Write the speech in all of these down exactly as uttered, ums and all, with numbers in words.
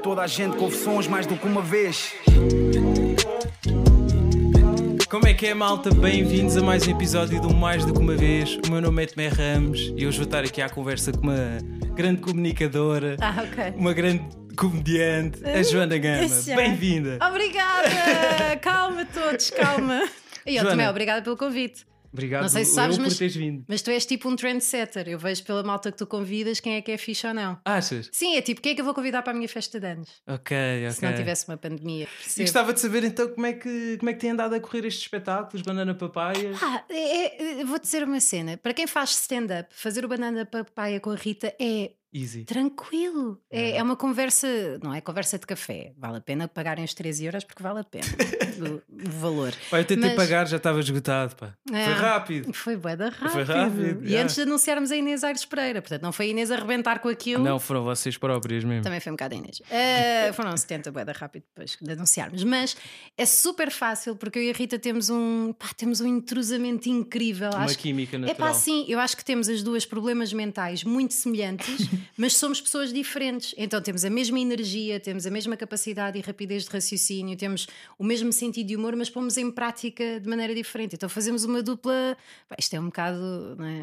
toda a gente com sons mais do que uma vez. Como é que é, malta? Bem-vindos a mais um episódio do Mais do que uma vez. O meu nome é Tomé Ramos e hoje vou estar aqui à conversa com uma grande comunicadora, ah, okay. uma grande comediante, a Joana Gama. Bem-vinda. Obrigada. Calma todos, calma. E eu também, obrigada pelo convite. Obrigado. Não sei se sabes, eu mas, por teres vindo. mas tu és tipo um trendsetter. Eu vejo pela malta que tu convidas quem é que é fixe ou não. Achas? Sim, é tipo, quem é que eu vou convidar para a minha festa de anos? Ok, ok. Se não tivesse uma pandemia. Percebo. E gostava de saber então como é que, como é que tem andado a correr estes espetáculos, Banana Papaya? Ah, é, é, vou dizer uma cena. Para quem faz stand-up, fazer o Banana Papaya com a Rita é... Easy. Tranquilo, é, é uma conversa, não é conversa de café. Vale a pena pagarem os treze euros porque vale a pena o, o valor. Pá, eu tentei Mas... pagar, já estava esgotado. Pá. É, foi rápido. Foi bué da rápido. Foi rápido. E yeah. antes de anunciarmos a Inês Aires Pereira, portanto, não foi a Inês a arrebentar com aquilo. Não, foram vocês próprias mesmo. Também foi um bocado a Inês. Uh, foram setenta bué da rápido depois de anunciarmos. Mas é super fácil porque eu e a Rita temos um, pá, temos um entrosamento incrível. Uma acho química natural. É pá, sim, eu acho que temos as duas problemas mentais muito semelhantes, mas somos pessoas diferentes, então temos a mesma energia, temos a mesma capacidade e rapidez de raciocínio, temos o mesmo sentido de humor, mas pomos em prática de maneira diferente, então fazemos uma dupla, pá, isto é um bocado, não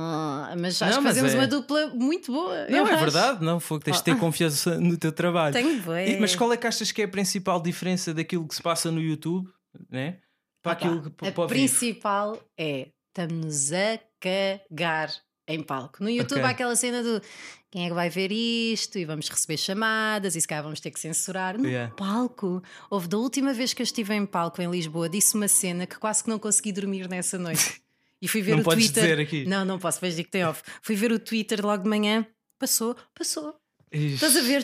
é? Mas acho não, que mas fazemos é... uma dupla muito boa. Não, é acho. verdade, não, foi que tens de ter confiança no teu trabalho. Tenho bem. Mas qual é que achas que é a principal diferença daquilo que se passa no YouTube, né? Para ah, aquilo que a para principal vivo. É estamos a cagar em palco. No YouTube okay. há aquela cena do quem é que vai ver isto e vamos receber chamadas e se calhar vamos ter que censurar. No yeah. palco, houve da última vez que eu estive em palco em Lisboa, disse uma cena que quase que não consegui dormir nessa noite. E fui ver não o podes Twitter. Dizer aqui. Não, não posso, vejo que tem off. Fui ver o Twitter logo de manhã, passou, passou. Ixi. Estás a ver?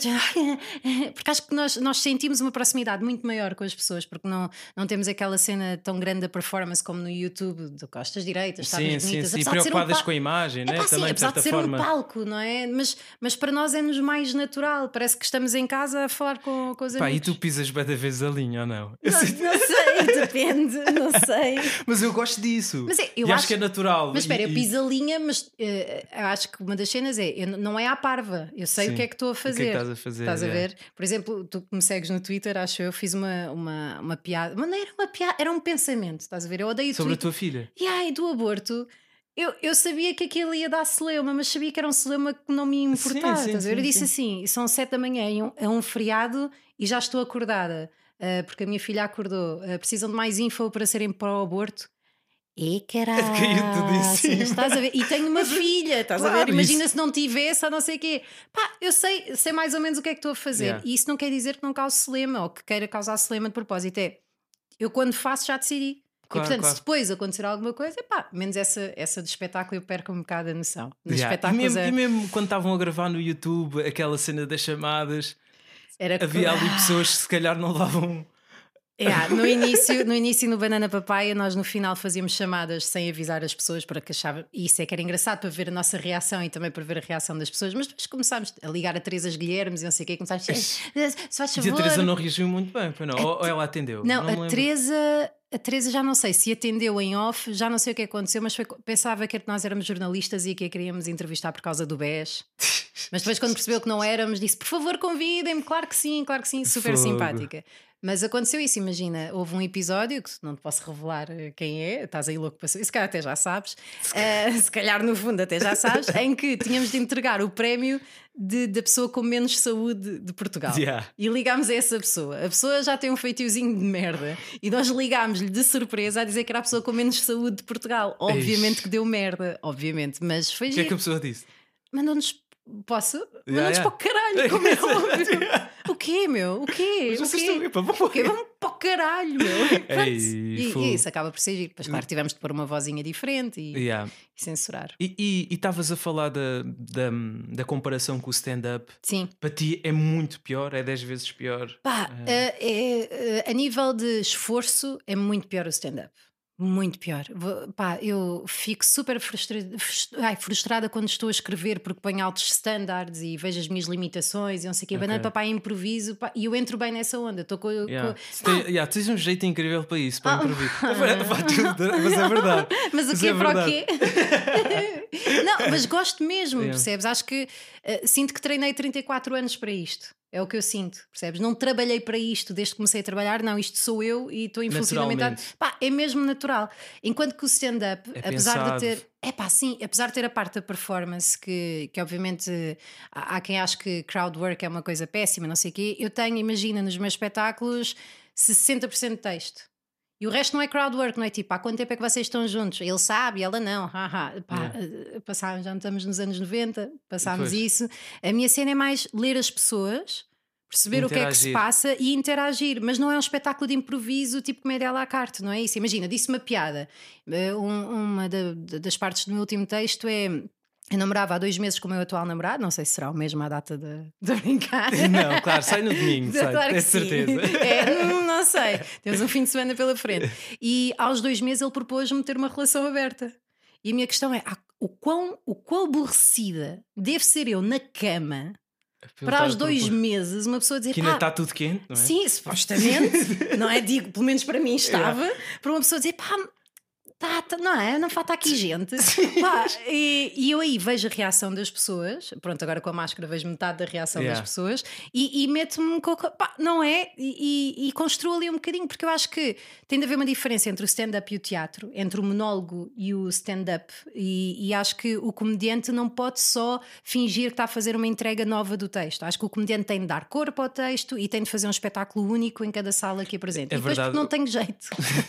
Porque acho que nós, nós sentimos uma proximidade muito maior com as pessoas, porque não, não temos aquela cena tão grande da performance como no YouTube, de costas direitas, sim, bonitas, sim, sim. Apesar preocupadas um com a imagem, né? é, pá, Também sim, de certa de ser forma. um palco, não é? Mas, mas para nós é-nos mais natural, parece que estamos em casa a falar com, com os pá, amigos. E tu pisas bem da vez a linha ou não? Não, não sei, depende, não sei. Mas eu gosto disso. Mas é, eu e acho, acho que é natural. Mas espera, e, eu piso a linha, mas uh, eu acho que uma das cenas é, eu, não é à parva, eu sei sim. o que é que estou a fazer. O que é que estás a fazer? Estás a é. ver? Por exemplo, tu que me segues no Twitter, acho eu, fiz uma, uma, uma piada, mas não era uma piada, era um pensamento, estás a ver? Eu odeio sobre Twitter. a tua filha. E aí, do aborto. Eu, eu sabia que aquilo ia dar celeuma, mas sabia que era um celeuma que não me importava. Sim, sim, estás a ver? Sim, eu disse sim. assim: são sete da manhã, é um, é um feriado e já estou acordada, uh, porque a minha filha acordou. Uh, precisam de mais info para serem para o aborto. E caralho, estás a ver? E tenho uma filha, estás claro, a ver? Imagina isso. Se não tivesse, ou não sei o quê. Pá, eu sei, sei mais ou menos o que é que estou a fazer. Yeah. E isso não quer dizer que não cause celeuma ou que queira causar celeuma de propósito. É, eu quando faço já decidi. Claro, e portanto, claro. Se depois acontecer alguma coisa, pá, menos essa, essa do espetáculo eu perco um bocado a noção. Yeah. E, mesmo, é... e mesmo quando estavam a gravar no YouTube aquela cena das chamadas, Era havia ali pessoas que se calhar não levavam. É, no início, no início no Banana Papaya nós no final fazíamos chamadas sem avisar as pessoas para que achavam, e isso é que era engraçado para ver a nossa reação e também para ver a reação das pessoas, mas depois começámos a ligar a Teresa Guilhermes e não sei o quê, começámos a dizer, se faz favor. E a Teresa não reagiu muito bem, foi não? A, ou ela atendeu? Não, não a Teresa, a Teresa já não sei se atendeu em off, já não sei o que aconteceu, mas foi, pensava que nós éramos jornalistas e que a queríamos entrevistar por causa do B E S. Mas depois quando percebeu que não éramos disse, por favor convidem-me, claro que sim, claro que sim, super Fogo. Simpática. Mas aconteceu isso, imagina, houve um episódio que não te posso revelar quem é, estás aí louco para saber, se calhar até já sabes, uh, se calhar no fundo até já sabes, em que tínhamos de entregar o prémio de, da pessoa com menos saúde de Portugal. Yeah. E ligámos a essa pessoa. A pessoa já tem um feitiozinho de merda e nós ligámos-lhe de surpresa a dizer que era a pessoa com menos saúde de Portugal. Obviamente Eish. Que deu merda, obviamente, mas foi O que giro. é que a pessoa disse? Mandou-nos. Posso? Yeah, Mandou-nos yeah. para o caralho, como é óbvio. Yeah. O quê, meu? O quê? Mas o quê? Estão... o quê? Vamos para o caralho, meu. Ei, e, e isso acaba por ser giro. Depois, claro, tivemos de pôr uma vozinha diferente e, yeah. e censurar. E estavas a falar da, da, da comparação com o stand-up. Sim. Para ti é muito pior? É dez vezes pior? Pá, é. É, é, a nível de esforço é muito pior o stand-up. Muito pior. Pá, eu fico super frustrada, ai, frustrada quando estou a escrever porque ponho altos standards e vejo as minhas limitações e não sei o quê. Okay. Banana Papaya improviso, pá, e eu entro bem nessa onda. Estou com, yeah. com... Tem, yeah, tens um jeito incrível para isso, para ah. improviso. Mas é verdade. Mas o que é para o quê? Não, mas gosto mesmo, yeah. percebes? Acho que uh, sinto que treinei trinta e quatro anos para isto. É o que eu sinto, percebes? Não trabalhei para isto desde que comecei a trabalhar, não, isto sou eu e estou em funcionamento. Pá, é mesmo natural. Enquanto que o stand-up, é apesar pensado. de ter. É pá, sim, apesar de ter a parte da performance, que, que obviamente há, há quem ache que crowd work é uma coisa péssima, não sei o quê. Eu tenho, imagina, nos meus espetáculos, sessenta por cento de texto. E o resto não é crowd work, não é tipo, há quanto tempo é que vocês estão juntos? Ele sabe, ela não. Pá, yeah. Passámos, já não estamos nos anos noventa, passámos pois. Isso. A minha cena é mais ler as pessoas, perceber interagir. O que é que se passa e interagir. Mas não é um espetáculo de improviso tipo comédia à la carte, não é isso? Imagina, disse uma piada. Um, uma da, das partes do meu último texto é... Eu namorava há dois meses com o meu atual namorado, não sei se será o mesmo à data de, de brincar. Não, claro, sai no domingo, sai, claro é certeza. É, não, não sei, temos um fim de semana pela frente. E aos dois meses ele propôs-me ter uma relação aberta. E a minha questão é: ah, o, quão, o quão aborrecida devo ser eu na cama para aos dois meses uma pessoa dizer que ainda está tudo quente, não é? Sim, supostamente, não é? Digo, pelo menos para mim estava, é. Para uma pessoa dizer pá. Tá, tá, não é? Não falta aqui gente. Pá, e, e eu aí vejo a reação das pessoas. Pronto, agora com a máscara vejo metade da reação yeah. das pessoas e, e meto-me com. Pá, não é? E, e, e construo ali um bocadinho, porque eu acho que tem de haver uma diferença entre o stand-up e o teatro, entre o monólogo e o stand-up. E, e acho que o comediante não pode só fingir que está a fazer uma entrega nova do texto. Acho que o comediante tem de dar corpo ao texto e tem de fazer um espetáculo único em cada sala que apresenta. É e depois verdade. Porque não tenho jeito.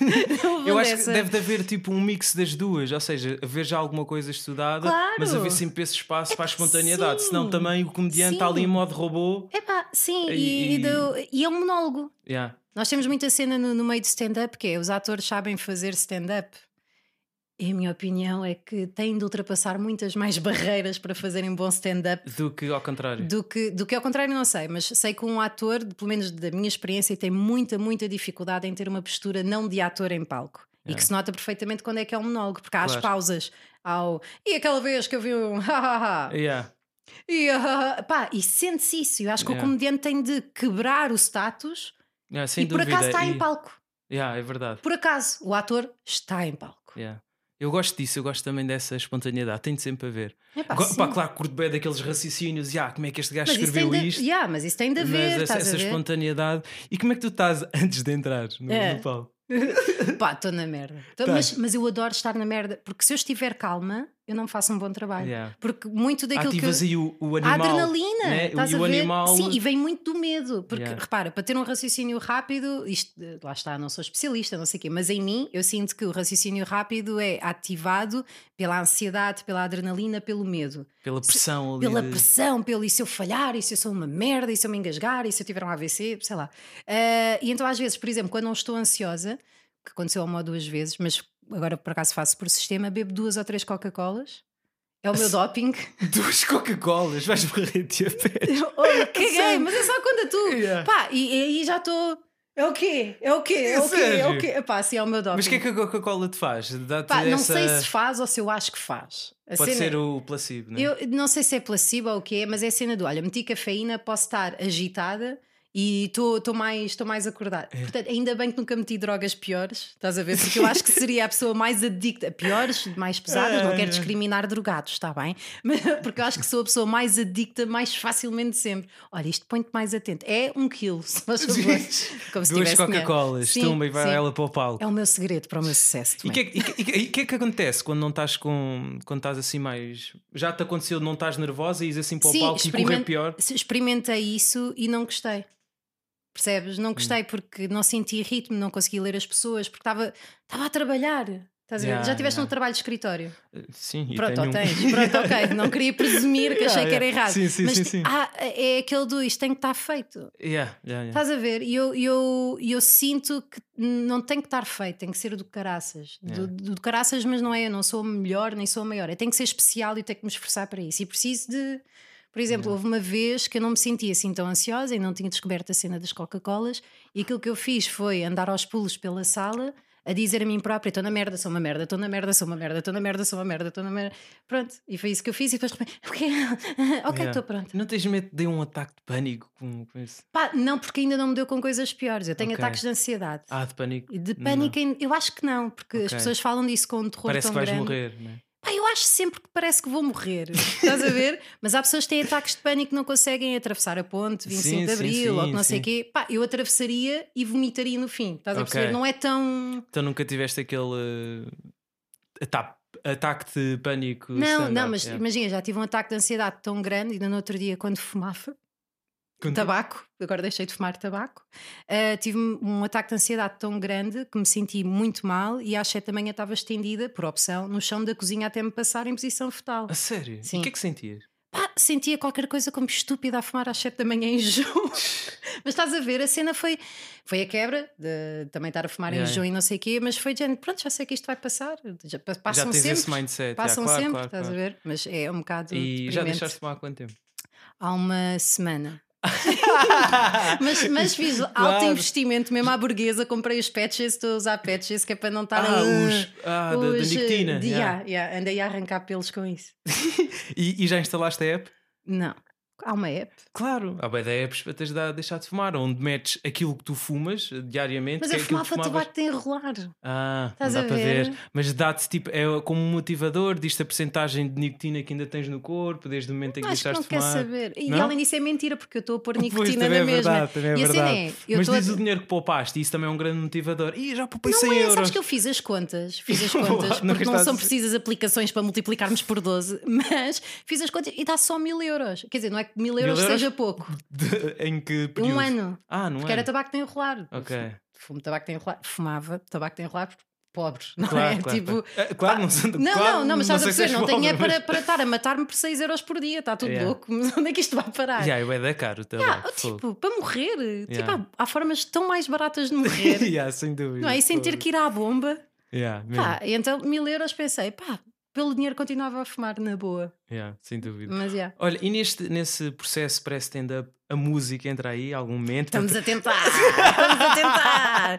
não eu acho dessa. Que deve de haver tipo um mix das duas, ou seja, haver já alguma coisa estudada, claro. Mas haver sempre esse espaço é para a espontaneidade, sim. Senão também o comediante está ali em modo robô. Epá, sim, e, e, do, e é um monólogo. Yeah. Nós temos muita cena no, no meio de stand-up que é os atores sabem fazer stand-up. E a minha opinião é que têm de ultrapassar muitas mais barreiras para fazerem bom stand-up do que ao contrário. Do que, do que ao contrário, não sei, mas sei que um ator, pelo menos da minha experiência, tem muita, muita dificuldade em ter uma postura não de ator em palco. Yeah. E que se nota perfeitamente quando é que é um monólogo, porque há claro. As pausas ao... E aquela vez que eu vi um ha-ha-ha yeah. e, uh, pá, e sente-se isso. Eu acho que yeah. o comediante tem de quebrar o status yeah, sem e dúvida. Por acaso está e... em palco yeah, é verdade. Por acaso, o ator está em palco yeah. Eu gosto disso, eu gosto também dessa espontaneidade. Tenho de sempre a ver. É pá, Go- pá, claro, curto bem daqueles raciocínios. Yeah, como é que este gajo mas escreveu de... isto? Yeah, mas isso tem de haver. Mas essa, essa espontaneidade. E como é que tu estás antes de entrar no, é. no palco? Pá, estou na merda. Tô, tá. mas, mas eu adoro estar na merda, porque se eu estiver calma, eu não faço um bom trabalho. Yeah. Porque muito daquilo Ativas que. aí o, o animal. A adrenalina, né? estás e a o ver? Animal... Sim, e vem muito do medo. Porque yeah. repara, para ter um raciocínio rápido, isto, lá está, não sou especialista, não sei o quê, mas em mim eu sinto que o raciocínio rápido é ativado pela ansiedade, pela adrenalina, pelo medo. Pela pressão ali. Pela de... pressão, pelo e se eu falhar, e se eu sou uma merda, e se eu me engasgar, e se eu tiver um A V C, sei lá. Uh, e então às vezes, por exemplo, quando não estou ansiosa, que aconteceu uma ou duas vezes, mas agora por acaso faço por sistema, bebo duas ou três Coca-Colas. É o meu doping. Duas Coca-Colas? Vais morrer de diabetes. Olha, caguei, mas é só conta tu. Yeah. Pá, e aí já estou... É o quê? É o quê? É o quê? É o quê? Pá, assim é o meu doping. Mas o que é que a Coca-Cola te faz? Dá-te Pá, não essa... sei se faz ou se eu acho que faz. A Pode cena... ser o placebo, não é? Eu não sei se é placebo ou o quê, mas é a cena do, olha, meti cafeína, posso estar agitada e estou mais, mais acordada. É. Portanto, ainda bem que nunca meti drogas piores, estás a ver? Porque eu acho que seria a pessoa mais adicta, piores, mais pesadas, é, não quero discriminar drogados, está bem? Mas, porque eu acho que sou a pessoa mais adicta mais facilmente sempre. Olha, isto põe-te mais atento. É um quilo, se faz favor. Como se Duas Coca-Colas, toma e vai ela para o palco. É o meu segredo para o meu sucesso. E o que, que, que é que acontece quando não estás com. Quando estás assim mais. Já te aconteceu, não estás nervosa e ires assim para o sim, palco e correr pior? Experimentei isso e não gostei. Percebes? Não gostei hum. porque não senti ritmo, não consegui ler as pessoas, porque estava a trabalhar. Estás a ver? Yeah, Já tiveste yeah. um trabalho de escritório? Sim, e pronto, tenho... tens. Pronto, ok. Não queria presumir que achei yeah, yeah. que era errado. Sim, sim, mas sim, sim. Ah, é aquele do isto tem que estar feito. Yeah, yeah, yeah. Estás a ver? E eu, eu, eu sinto que não tem que estar feito, tem que ser do caraças. Yeah. Do, do caraças, mas não é, eu não sou a melhor nem sou a maior. Eu tenho que ser especial e tenho que me esforçar para isso. E preciso de. Por exemplo, yeah. houve uma vez que eu não me sentia assim tão ansiosa e não tinha descoberto a cena das Coca-Colas, e aquilo que eu fiz foi andar aos pulos pela sala a dizer a mim própria: estou na merda, sou uma merda, estou na merda, sou uma merda, estou na merda, sou uma merda, estou na merda. Pronto, e foi isso que eu fiz. E depois, ok, estou yeah. pronto. Não tens medo de um ataque de pânico com, com isso? Pá, não, porque ainda não me deu com coisas piores. Eu tenho okay. ataques de ansiedade. Ah, de pânico? De pânico, não. eu acho que não, porque okay. as pessoas falam disso com um terror Parece tão que vais grande. morrer, não é? Pá, eu acho sempre que parece que vou morrer. Estás a ver? Mas há pessoas que têm ataques de pânico que não conseguem atravessar a ponte vinte e cinco sim, de Abril sim, ou que não sim. sei o quê. Pá, eu atravessaria e vomitaria no fim. Estás a perceber? Ok. Não é tão. Então nunca tiveste aquele uh, ata- ataque de pânico? Não, stand-up? não, mas Yeah. imagina, já tive um ataque de ansiedade tão grande, ainda no outro dia, quando fumava Quando- tabaco, agora deixei de fumar tabaco. Uh, tive um ataque de ansiedade tão grande que me senti muito mal e às sete da manhã estava estendida, por opção, no chão da cozinha até me passar em posição fetal. A sério? Sim. E o que é que sentias? Pá, sentia qualquer coisa como estúpida a fumar às sete da manhã em junho. Mas estás a ver, a cena foi, foi a quebra de também estar a fumar Yeah, em junho e não sei o quê, mas foi de género, pronto, já sei que isto vai passar. Já pa- passam Já tens sempre. esse mindset. Passam yeah, claro, sempre, claro, estás claro. a ver? Mas é um bocado. E já deprimente. deixaste de fumar há quanto tempo? Há uma semana. mas, mas fiz alto Claro. investimento mesmo à burguesa, comprei os patches, estou a usar patches que é para não estar Ah, a os, ah, da- da, os, nicotina. de- yeah. yeah, yeah, andei a arrancar pelos com isso. E, e já instalaste a app? Não, há uma app. Claro. Há bem da apps para te ajudar a deixar de fumar, onde metes aquilo que tu fumas diariamente. Mas que eu é aquilo que fumava fumavas. tabaco de enrolar. Ah, Estás não dá a para ver? ver. Mas dá-te tipo, é como um motivador, diz-te a percentagem de nicotina que ainda tens no corpo, desde o momento em que Acho que deixaste não de quer fumar. saber. E Não? além disso é mentira, porque eu estou a pôr Pois, nicotina também na é mesma. verdade, também é e a cena verdade. é, eu Mas estou a- diz o dinheiro que poupaste, e isso também é um grande motivador. Ih, já poupei Não cem é, euros. sabes que eu fiz as contas, fiz as contas, Não porque não gastaste- são precisas aplicações para multiplicarmos por doze, mas fiz as contas e dá só mil euros. Quer dizer, não é que mil euros, Mil euros? seja pouco. De- em que período? Um ano. Ah, não Porque é? era tabaco de enrolar. Ok. Fumo tabaco de enrolar. Fumava tabaco de enrolar porque pobres, não Claro, é? claro, tipo, claro. Ah, claro, não sei- não, claro, não, não, mas estás a sei se és perceber, não tenho é pobre, para, mas- para estar a matar-me por seis euros por dia, está tudo Yeah. louco, mas onde é que isto vai parar? Já, é da caro também. Ah, tipo, para morrer, tipo, Yeah. há, há formas tão mais baratas de morrer, yeah, sem dúvida. não é? E sem ter que ir à bomba. Yeah, mesmo. Pá, e então mil euros pensei, pá, pelo dinheiro continuava a fumar na boa, Yeah, sem dúvida. mas já. Olha, e neste, nesse processo pré-stand-up, a música entra aí, algum momento? Estamos a tentar, estamos a tentar.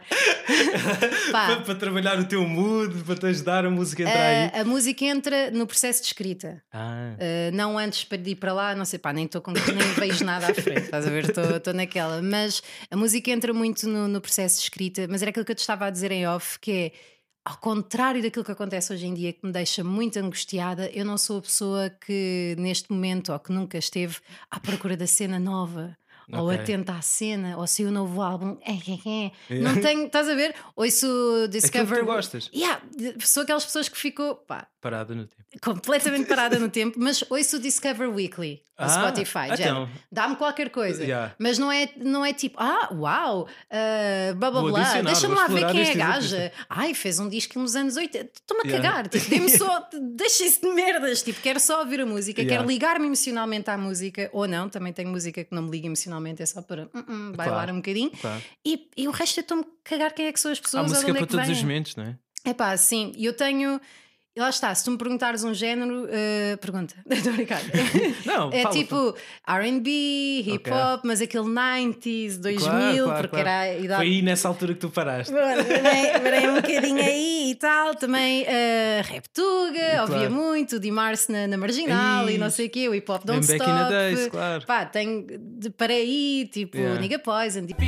Pá, para, para trabalhar o teu mood, para te ajudar a música a entrar aí. a, a música entra no processo de escrita. Ah, Uh, não antes para ir para lá, não sei, pá, nem, tô com, nem vejo nada à frente, estás a ver? Estou naquela. Mas a música entra muito no, no processo de escrita, mas era aquilo que eu te estava a dizer em off, que é ao contrário daquilo que acontece hoje em dia, que me deixa muito angustiada. Eu não sou a pessoa que neste momento ou que nunca esteve à procura da cena nova. Ou Ok. atenta à cena, ou se o novo álbum. É, é, é. Não tenho, estás a ver? Ouço Discover. Aquilo que tu gostas. Yeah, sou aquelas pessoas que ficou, pá, parado no tempo. completamente parada no tempo, mas ouço o Discover Weekly no Ah, Spotify. então. género, dá-me qualquer coisa, Yeah. mas não é, não é tipo, ah, uau, uh, blá blá Vou blá, adicionar, deixa-me vou lá ver explorar quem é a este gaja. Ai, fez um disco nos anos oitenta. Estou-me a Yeah. cagar, tipo, dê-me só, deixa isso de merdas. Tipo, quero só ouvir a música, Yeah. quero ligar-me emocionalmente à música, ou não, também tenho música que não me liga emocionalmente, é só para uh -uh, bailar Claro. um bocadinho. Claro. E, e o resto eu estou-me a cagar quem é que são as pessoas. Há ou de música onde é para que todos os vêm. momentos, não é? É pá, sim, eu tenho. E lá está, se tu me perguntares um género, uh, pergunta, estou a brincar. Não, É fala, tipo R and B, hip Ok. hop, mas aquele noventa, dois mil, Claro, claro, porque claro. era a idade. Foi aí nessa altura que tu paraste. Parei um bocadinho aí e tal. Também uh, Rap Tuga, Claro. ouvia muito, o Di Mars na, na Marginal Ei, e não sei o quê, o hip hop Don't Back Stop. in the days, claro. Pá, tenho, de- parei aí, tipo Yeah. Nigga Poison, tipo,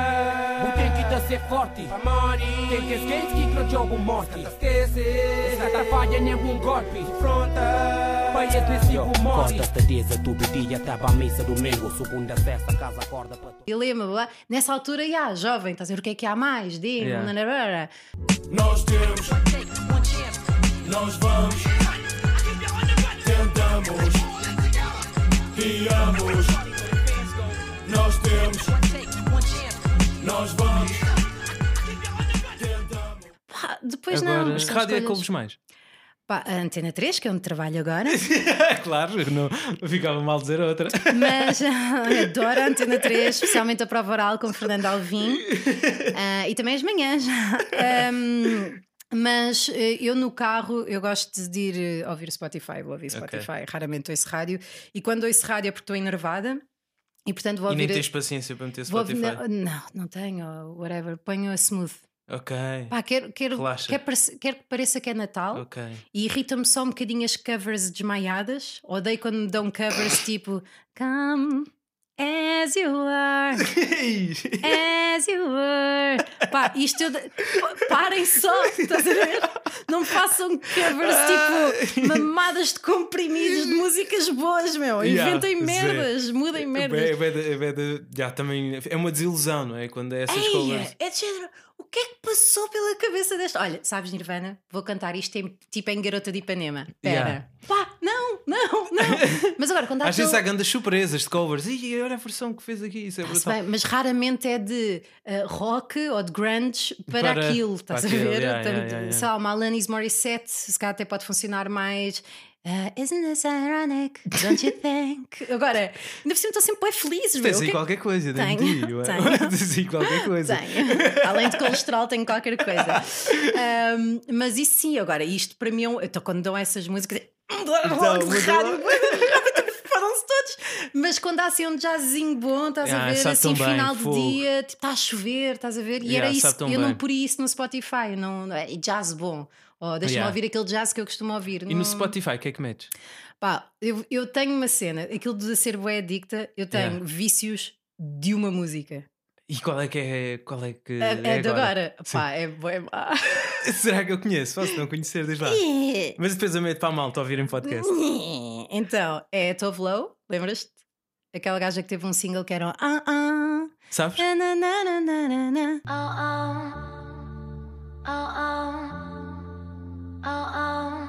Butenki ser forte, tem que skate que no jogo morte. Essa atrapalha nenhum golpe. País nesse morte. Costa certeza, tu bedia, tava a missa domingo. Segunda, sexta, casa, acorda para tu. dilema, blá, blá. Nessa altura, já, jovem, estás a ver o que é que há mais? Demo, Yeah. nanarara. Nós temos, nós vamos, tentamos, guiamos. Nós temos, nós vamos, tentamos. Pá, depois Agora, não. que são rádio é que escolhas- ouves mais? Pá, a Antena três, que é onde trabalho agora, Claro, não, não ficava mal dizer outra. mas adoro a Antena três, especialmente a prova oral com Fernando Alvim. Ah, e também as manhãs. Ahm, mas eh, eu no carro eu gosto de ir eh, ouvir Spotify, vou ouvir Spotify, raramente ouço rádio, e quando ouço rádio é porque estou enervada e portanto vou E nem ouvir. tens paciência para meter vou ouvir- Spotify. não, não, não tenho, whatever, ponho a smooth. Ok. Pá, quero, quero, Relaxa. quero, parece- quero que pareça que é Natal. Ok. E irrita-me só um bocadinho as covers desmaiadas. Odeio quando me dão covers tipo Come As you are, as you were. Pá, isto eu... Parem só, estás a ver? Não façam covers tipo mamadas de comprimidos de músicas boas, meu. Inventem yeah, merdas, é. mudem merdas. É, é, é, é, já, também é uma desilusão, não é? Quando é essas Ei, covers. É de género. O que é que passou pela cabeça desta? Olha, sabes, Nirvana? Vou cantar isto em, tipo em Garota de Ipanema. Pera. Yeah. Pá, não, não, não. Mas agora, quando há às vezes aquele... há grandes surpresas de covers. E olha a versão que fez aqui. Isso é brutal. Bem, mas raramente é de uh, rock ou de grunge para, para aquilo. Estás para a ver? Aquilo, yeah, Portanto, yeah, yeah. Sei lá, uma Alanis Morissette, se calhar até pode funcionar mais. Uh, isn't this ironic? Don't you think? Agora, ainda por cima estou sempre bem feliz. Tens aí qualquer coisa dentro de ti. Tens aí qualquer coisa. Tenho. Além de colesterol, tenho qualquer coisa. Um, mas isso sim, agora, isto para mim é um... Então, quando dão essas músicas, foram-se todos. Mas quando há assim um jazzzinho bom, estás yeah, a ver, assim, final bem, do dia, tipo, está a chover, estás a ver? E yeah, era isso, eu bem. não pus isso no Spotify, não, não é jazz bom. Oh, deixa-me yeah. ouvir aquele jazz que eu costumo ouvir. E não... no Spotify, o que é que metes? Pá, eu, eu tenho uma cena, aquilo de ser bué adicta, eu tenho yeah. vícios de uma música. E qual é que é? Qual é que a, é, é de agora? agora. Sim. Pá, é bué má. Será que eu conheço? Posso não conhecer desde lá. Mas depois eu meto para a malta a ouvir em podcast. Então, é Tove Lo, lembras-te? Aquela gaja que teve um single que era um, ah, ah, sabes? Na, na, na, na, na, na. Oh, oh, oh, oh. Oh, oh.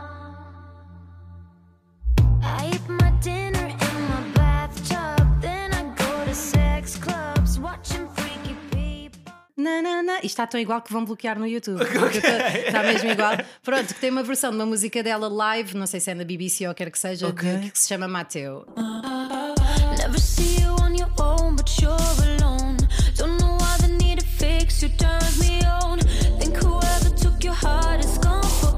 I eat my dinner in my bathtub, then I go to sex clubs, watching freaky people. Na, na, na. Isto está tão igual que vão bloquear no YouTube. Okay. Está mesmo igual. Pronto, que tem uma versão de uma música dela live, não sei se é na B B C ou quer que seja, okay. de, que se chama Mateo. Never see you on your own, but you're alone. Don't know why the need to fix you turns me on. Think whoever took your heart is gone.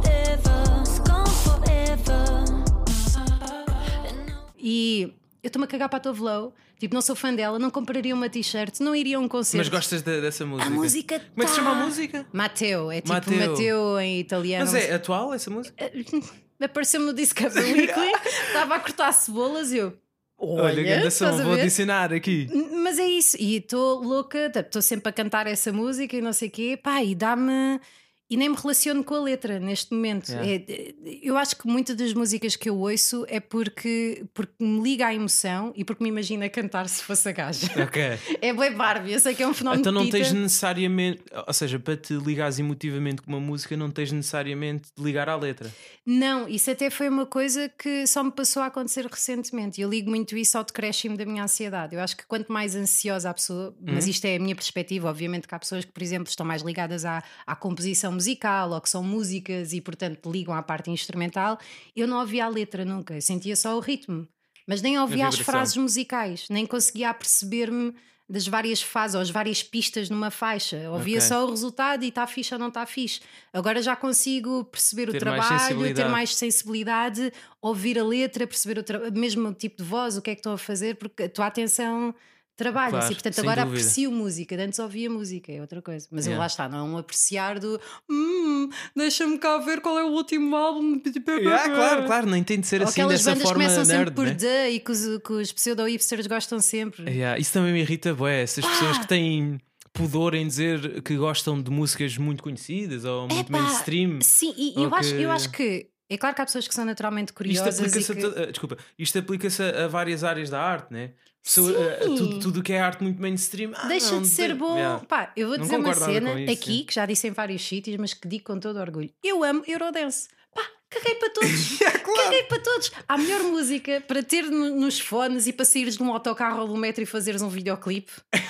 E eu estou-me a cagar para a Tove Lo. Tipo, não sou fã dela, não compraria uma t-shirt, não iria a um concerto. Mas gostas de, dessa música? A música Como é que se chama a música? Matteo, é tipo Matteo, Matteo em italiano. Mas é atual essa música? Apareceu-me no Discovery Weekly, estava a cortar cebolas e eu... Olha, Olha som, vou adicionar aqui. Mas é isso, e estou louca, estou sempre a cantar essa música e não sei o quê, pá, e dá-me... E nem me relaciono com a letra neste momento. Yeah. É, eu acho que muitas das músicas que eu ouço é porque, porque me liga à emoção e porque me imagina cantar se fosse a gaja. Okay. É bem Barbie, eu sei que é um fenómeno. Então não pita. tens necessariamente, ou seja, para te ligares emotivamente com uma música, não tens necessariamente de ligar à letra. Não, isso até foi uma coisa que só me passou a acontecer recentemente. Eu ligo muito isso ao decréscimo da minha ansiedade. Eu acho que quanto mais ansiosa a pessoa, uhum. mas isto é a minha perspectiva, obviamente que há pessoas que, por exemplo, estão mais ligadas à, à composição musical ou que são músicas e portanto ligam à parte instrumental. Eu não ouvia a letra nunca, eu sentia só o ritmo, mas nem ouvia as frases musicais, nem conseguia aperceber-me das várias fases ou as várias pistas numa faixa. Ouvia okay. só o resultado e está fixe ou não está fixe. Agora já consigo perceber ter o trabalho, ter mais sensibilidade, ouvir a letra, perceber o tra... mesmo o tipo de voz, o que é que estão a fazer, porque a tua atenção trabalha, claro, e portanto agora dúvida. Aprecio música. Antes ouvia música, é outra coisa. Mas yeah. lá está, não é um apreciar do hum, deixa-me cá ver qual é o último álbum. Yeah, claro, claro, nem tem de ser ou assim dessa forma começam nerd, sempre por né? The e que os, que os pseudo-hipsters gostam sempre. Yeah, isso também me irrita, bué, essas ah. pessoas que têm pudor em dizer que gostam de músicas muito conhecidas ou muito Epá, mainstream. Sim, e eu, que... acho, eu acho que é claro que há pessoas que são naturalmente curiosas. Isto aplica-se, e que... a, desculpa, isto aplica-se a, a várias áreas da arte, né? Pessoa, a, a, tudo, tudo que é arte muito mainstream ah, deixa não, de ser tem... bom. Yeah. Pá, eu vou não dizer uma cena isso, aqui é. que já disse em vários sítios, mas que digo com todo orgulho. Eu amo Eurodance. Pá, caguei para todos. yeah, claro. Caguei para todos. Há melhor música para ter nos fones e para saíres de um autocarro ou do metro e fazeres um videoclipe.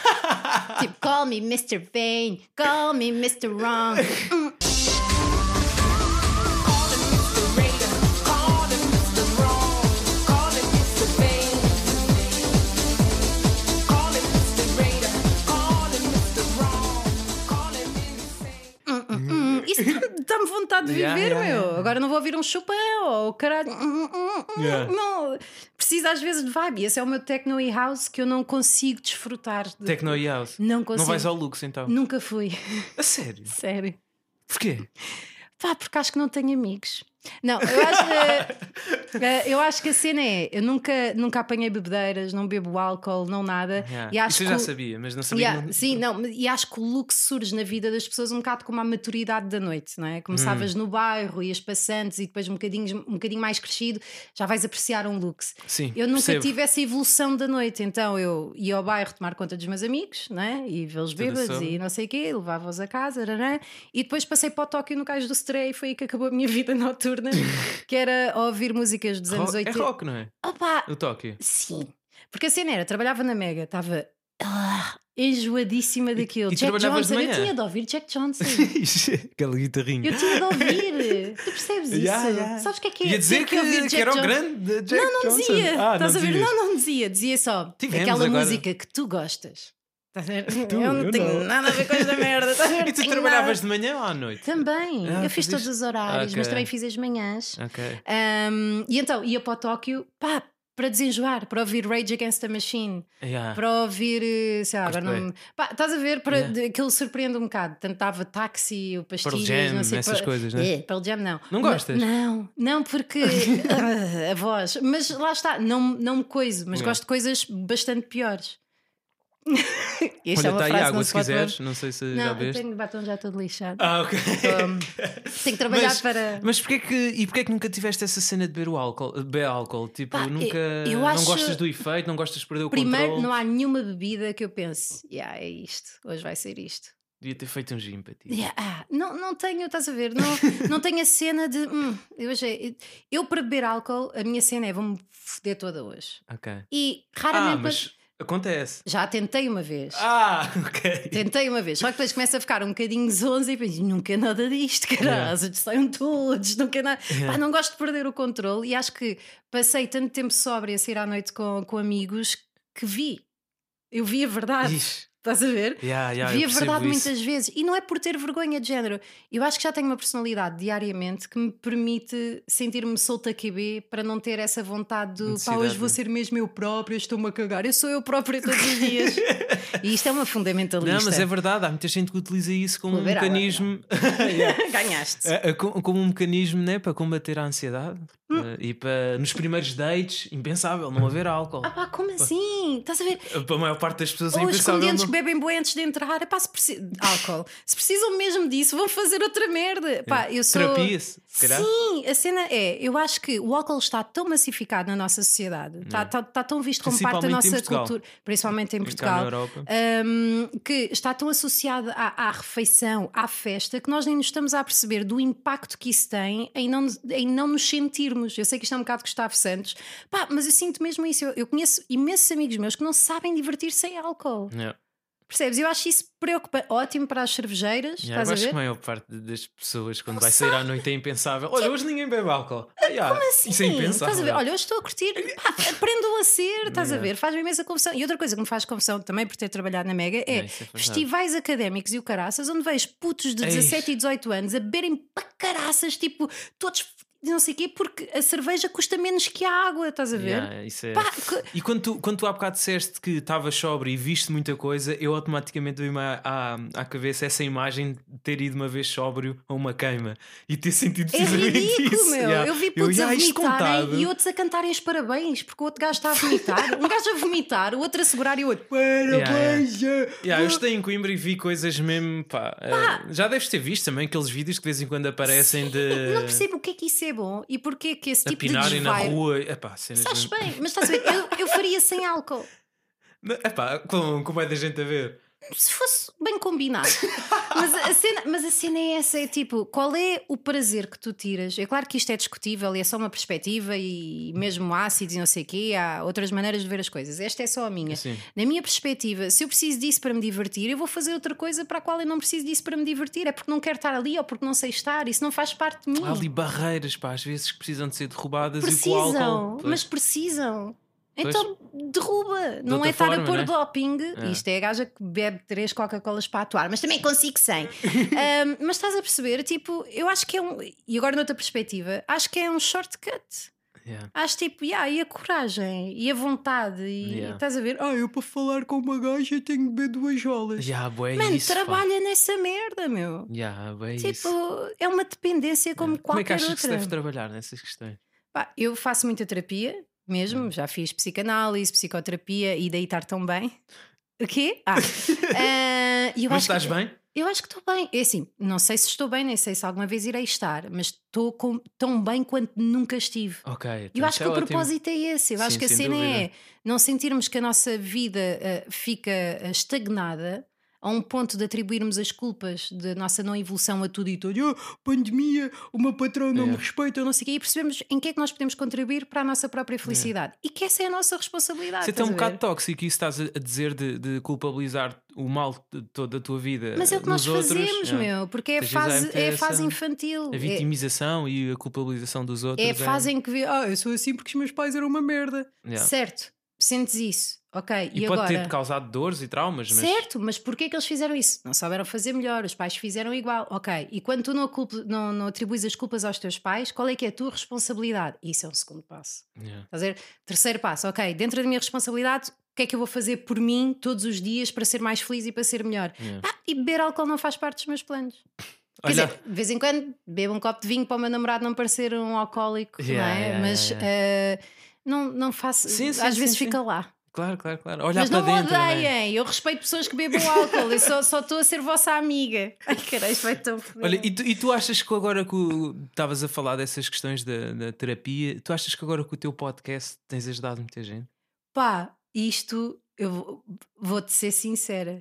Tipo, call me mister Vain, call me mister Wrong. hum. Dá-me vontade de viver, yeah, yeah, meu. Yeah. Agora não vou ouvir um Chopin ou caralho. Yeah. Não, preciso às vezes de vibe. Esse é o meu techno e house que eu não consigo desfrutar. De... Techno e house? Não consigo. Não vais ao Lux então? Nunca fui. A sério? Sério. Porquê? Pá, porque acho que não tenho amigos. Não, eu acho, uh, eu acho que a cena é: eu nunca, nunca apanhei bebedeiras, não bebo álcool, não nada. Yeah. E acho Isso eu já que, sabia, mas não sabia. yeah, que não... Sim, não, e acho que o look surge na vida das pessoas um bocado como a maturidade da noite, não é? Começavas hum. no bairro, ias passantes e depois um bocadinho, um bocadinho mais crescido, já vais apreciar um look. Sim, eu nunca percebo. tive essa evolução da noite, então eu ia ao bairro tomar conta dos meus amigos, não é? E vê-los bêbados e não sei o quê, levava-os a casa, rarã, e depois passei para o Tóquio no Cais do Cedré e foi aí que acabou a minha vida noturna. Que era ouvir músicas dos anos oitenta. É rock, não é? Opa, o Tóquio. Sim, porque a cena era, trabalhava na Mega, estava ah, enjoadíssima daquilo. E, e Jack Johnson, de eu tinha de ouvir Jack Johnson. Aquela guitarrinha. Eu tinha de ouvir. Tu percebes isso? Yeah, yeah. Sabes o que é que é? Ia dizer que, que, que era o grande Jack Não, não Johnson. dizia. Ah, Estás não a ver? dizias. Não, não dizia. Dizia só Tivemos aquela agora. música que tu gostas. Tu, eu não eu tenho não. nada a ver com esta merda. E tu trabalhavas nada. De manhã ou à noite? Também. Ah, eu fiz todos os horários, okay. mas também fiz as manhãs. Okay. Um, e então ia para o Tóquio, pá, para desenjoar, para ouvir Rage Against the Machine, yeah. para ouvir, sei lá, agora não... pá, estás a ver, para... yeah. aquilo surpreende um bocado. Tentava táxi, o pastilhas, Pearl Jam, não sei, essas para... coisas, não é? É, Pearl Jam não. Não gostas? Não, não, porque a voz, mas lá está, não, não me coiso, mas yeah. gosto de coisas bastante piores. Olha, é uma está aí frase água não se se quiseres, não sei se não, já eu veste. tenho batom já todo lixado. Ah, ok. Um, tenho que trabalhar mas, para. Mas porquê que, e porquê que nunca tiveste essa cena de beber o álcool? Beber álcool? Tipo, Pá, nunca. Eu, eu não acho... gostas do efeito, não gostas de perder o Primeiro, controle? não há nenhuma bebida que eu pense, yeah, é isto, hoje vai ser isto. Devia ter feito um gym para ti. Yeah, ah, não, não tenho, estás a ver? Não, não tenho a cena de. Hum, eu, hoje, eu, para beber álcool, a minha cena é vou-me foder toda hoje. Ok. E raramente. Ah, mas acontece. Já tentei uma vez. Ah, ok. Tentei uma vez, só que depois começa a ficar um bocadinho zonzo e penso, nunca é nada disto, caralho, yeah. saiam todos, nunca é nada. Yeah. Pá, não gosto de perder o controle e acho que passei tanto tempo sóbria a sair à noite com, com amigos que vi. Eu vi a verdade. Ixi. Estás a ver? Yeah, yeah, vi a verdade isso. muitas vezes. E não é por ter vergonha de género. Eu acho que já tenho uma personalidade diariamente que me permite sentir-me solta a Q B para não ter essa vontade de pá, hoje vou ser mesmo eu própria, estou-me a cagar. Eu sou eu própria todos os dias. E isto é uma fundamentalista. Não, mas é verdade, há muita gente que utiliza isso como um mecanismo. Ganhaste. Como um mecanismo, né, para combater a ansiedade. Hum. Uh, e para nos primeiros dates, impensável não haver álcool. Ah pá, como assim? Estás a ver? Para a maior parte das pessoas é Ou impensável. Os comediantes que bebem bué antes de entrar, é pá, se precisam álcool. Se precisam mesmo disso, vão fazer outra merda. Pá, eu sou... Terapia-se, se calhar. Sim, a cena é, eu acho que o álcool está tão massificado na nossa sociedade, está, está, está tão visto como parte da nossa cultura, principalmente em Portugal, um, que está tão associado à, à refeição, à festa, que nós nem nos estamos a perceber do impacto que isso tem em não, em não nos sentirmos. Eu sei que isto é um bocado Gustavo Santos, pá, mas eu sinto mesmo isso. Eu, eu conheço imensos amigos meus que não sabem divertir sem álcool. Yeah. Percebes? Eu acho isso preocupante. Ótimo para as cervejeiras. Yeah, estás eu a acho ver? que a maior parte das pessoas, quando não vai sair sabe. à noite, é impensável. Olha, hoje ninguém bebe álcool. Ah, yeah, Como assim? Isso é impensável. Estás a ver? Olha, hoje estou a curtir. Pá, aprendam a ser, estás Yeah. a ver? Faz-me imensa confusão. E outra coisa que me faz confusão também por ter trabalhado na Mega é, Não, isso é verdade. festivais académicos e o caraças, onde vejo putos de dezassete e dezoito anos a beberem para caraças, tipo, todos não sei o quê, porque a cerveja custa menos que a água, estás a ver? Yeah, isso é... Pá, que... E quando tu, quando tu há bocado disseste que estavas sóbrio e viste muita coisa, eu automaticamente veio-me à, à, à cabeça essa imagem de ter ido uma vez sóbrio a uma queima e ter sentido É precisamente ridículo, isso. meu. Yeah. Eu vi putos eu, a yeah, vomitarem e outros a cantarem os parabéns, porque o outro gajo está a vomitar. Um gajo a vomitar, o outro a segurar e o outro parabéns. Yeah, yeah. Yeah, eu estive em Coimbra e vi coisas mesmo. Pá, Pá. uh, já deves ter visto também aqueles vídeos que de vez em quando aparecem Sim, de. Não percebo o que é que isso é bom e porque que esse a tipo de pinarem na desvaio. rua. Epá, cenas Sabes mesmo- bem, mas estás a ver? Eu, eu faria sem álcool. Epá, com, com mais da gente a ver. Se fosse bem combinado. Mas a, cena, mas a cena é essa: é tipo, qual é o prazer que tu tiras? É claro que isto é discutível e é só uma perspectiva, e mesmo ácidos e não sei o quê, há outras maneiras de ver as coisas. Esta é só a minha. Sim. Na minha perspectiva, se eu preciso disso para me divertir, eu vou fazer outra coisa para a qual eu não preciso disso para me divertir. É porque não quero estar ali ou porque não sei estar. Isso não faz parte de mim. Há ali barreiras, pá, às vezes que precisam de ser derrubadas e com o Precisam, álcool. pois. mas precisam. Pois. Então derruba, não outra é estar forma, a pôr né? doping. É. Isto é a gaja que bebe três Coca-Colas para atuar, mas também consigo sem. um, mas estás a perceber, tipo, eu acho que é um. E agora, noutra perspectiva, acho que é um shortcut. Yeah. Acho tipo, yeah, e a coragem e a vontade. E Yeah. estás a ver? Ah, eu para falar com uma gaja tenho de beber duas jolas. Yeah, bué Mano, isso, pá. trabalha nessa merda, meu. Yeah, bué Tipo, isso. é uma dependência como Yeah. Como é que qualquer achas que se outra. deve trabalhar nessas questões? Pá, eu faço muita terapia, mesmo. Já fiz psicanálise, psicoterapia e daí estar tão bem. O quê? Ah, ah, eu Mas acho estás que, bem? Eu acho que estou bem. É assim, não sei se estou bem, nem sei se alguma vez irei estar, mas estou com- tão bem quanto nunca estive. Ok. Eu então acho isso que é o ótimo. propósito é esse. Eu acho Sim, que a sem cena dúvida. é não sentirmos que a nossa vida ah, fica ah, estagnada a um ponto de atribuirmos as culpas da nossa não evolução a tudo e tudo. Oh, pandemia, o meu patrão não me Yeah. respeita, não sei o quê. E percebemos em que é que nós podemos contribuir para a nossa própria felicidade. E que essa é a nossa responsabilidade. Isso é até um estás a ver? bocado tóxico, isso estás a a dizer de, de culpabilizar o mal de toda a tua vida. Mas é o que nós nos outros. fazemos, Yeah. meu, porque é a Às vezes há fase, muita é a essa- fase infantil. A É, vitimização e a culpabilização dos outros. é a fase em que vê, ah, eu sou assim porque os meus pais eram uma merda. Yeah. Certo, sentes isso, ok. E, E, pode agora? ter causado dores e traumas, mas Certo, mas porquê que eles fizeram isso? Não souberam fazer melhor, os pais fizeram igual, ok. E quando tu não, culpa, não, não atribuis as culpas aos teus pais, qual é que é a tua responsabilidade? Isso é um segundo passo. Yeah. Estás a ver? Terceiro passo, ok, dentro da minha responsabilidade, o que é que eu vou fazer por mim todos os dias para ser mais feliz e para ser melhor? Yeah. Ah, e beber álcool não faz parte dos meus planos. Quer Olha- dizer, de vez em quando bebo um copo de vinho para o meu namorado não parecer um alcoólico, Yeah, não é? yeah, Mas yeah, eh, não, não faço. Sim, sim, às sim, vezes sim. fica lá. Claro, claro, claro. Olhar Mas para não me dentro. não é? odeiem, eu respeito pessoas que bebam álcool, eu só só estou a ser vossa amiga. Ai, caralho, vai tão foder. Olha, e tu, e tu achas que agora que o- estavas a falar dessas questões da, da terapia, tu achas que agora com o teu podcast tens ajudado muita gente? Pá, isto eu vou- vou-te ser sincera.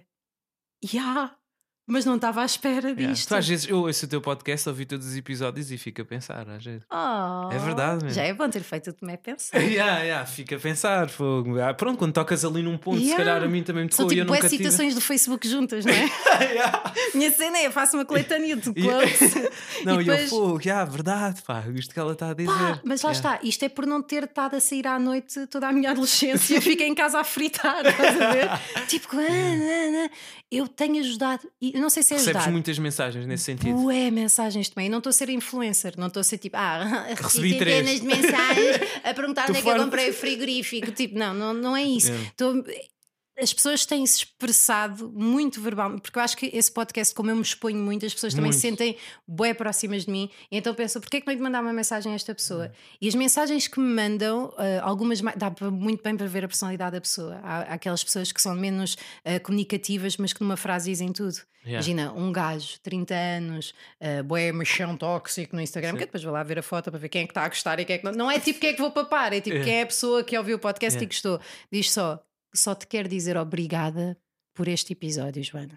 Ya, mas não estava à espera Yeah. disto. Tu às vezes eu ouço o teu podcast, ouvi todos os episódios e fico a pensar, às vezes. Oh, É verdade mesmo. Já é bom ter feito o que me é pensar. yeah, yeah, fica a pensar, fogo. Ah, pronto, quando tocas ali num ponto, se Yeah. calhar a mim também me São tocou e eu tipo nunca bué tive. citações do Facebook juntas, não é? Yeah. Minha cena é, eu faço uma coletânea de Yeah. quotes. Não, e e eu depois, fogo, yeah, verdade, pá, isto que ela está a dizer. pá, mas lá Yeah. está, isto é por não ter estado a sair à noite toda a minha adolescência. Fiquei em casa a fritar, estás a ver? Tipo, ah, ah, ah. eu tenho ajudado, e eu não sei se é Recebes ajudar. muitas mensagens nesse sentido. Bué mensagens também. Eu não estou a ser influencer, não estou a ser tipo, ah, Recebi recebi três. centenas de mensagens a perguntar Tu onde é que eu farto. comprei o frigorífico. Tipo, não, não, não é isso. Yeah. Tô- As pessoas têm se expressado muito verbalmente, porque eu acho que esse podcast, como eu me exponho muito, as pessoas também Muito. se sentem bué próximas de mim, e então pensam, porquê é que não hei de mandar uma mensagem a esta pessoa? E as mensagens que me mandam, ah, algumas mais- dá pra- muito bem para ver a personalidade da pessoa. Há, há aquelas pessoas que são menos ah, comunicativas, mas que numa frase dizem tudo. Yeah. Imagina, um gajo, trinta anos, uh, bué mexão tóxico no Instagram, que depois vou lá ver a foto para ver quem é que está a gostar e quem é que não. Não é tipo quem é que vou papar, é tipo Yeah. quem é a pessoa que ouviu o podcast Yeah. e gostou. Diz só, só te quero dizer obrigada por este episódio, Joana.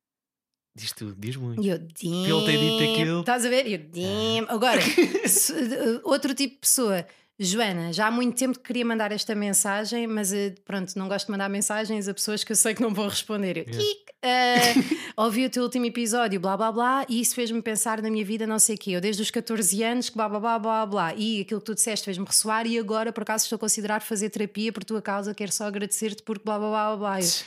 Diz tudo, diz muito. E eu, damn. Ele ter dito aquilo. Estás a ver? E eu, damn. Agora, se- uh, outro tipo de pessoa. Joana, já há muito tempo que queria mandar esta mensagem, mas uh, pronto, não gosto de mandar mensagens a pessoas que eu sei que não vão responder. Eu, Yeah. "Kik, uh, ouvi o teu último episódio, blá blá blá, e isso fez-me pensar na minha vida, não sei o quê. Eu desde os catorze anos, que blá blá blá blá blá, e aquilo que tu disseste fez-me ressoar, e agora por acaso estou a considerar fazer terapia por tua causa, quero só agradecer-te porque blá blá blá blá blá. Eu,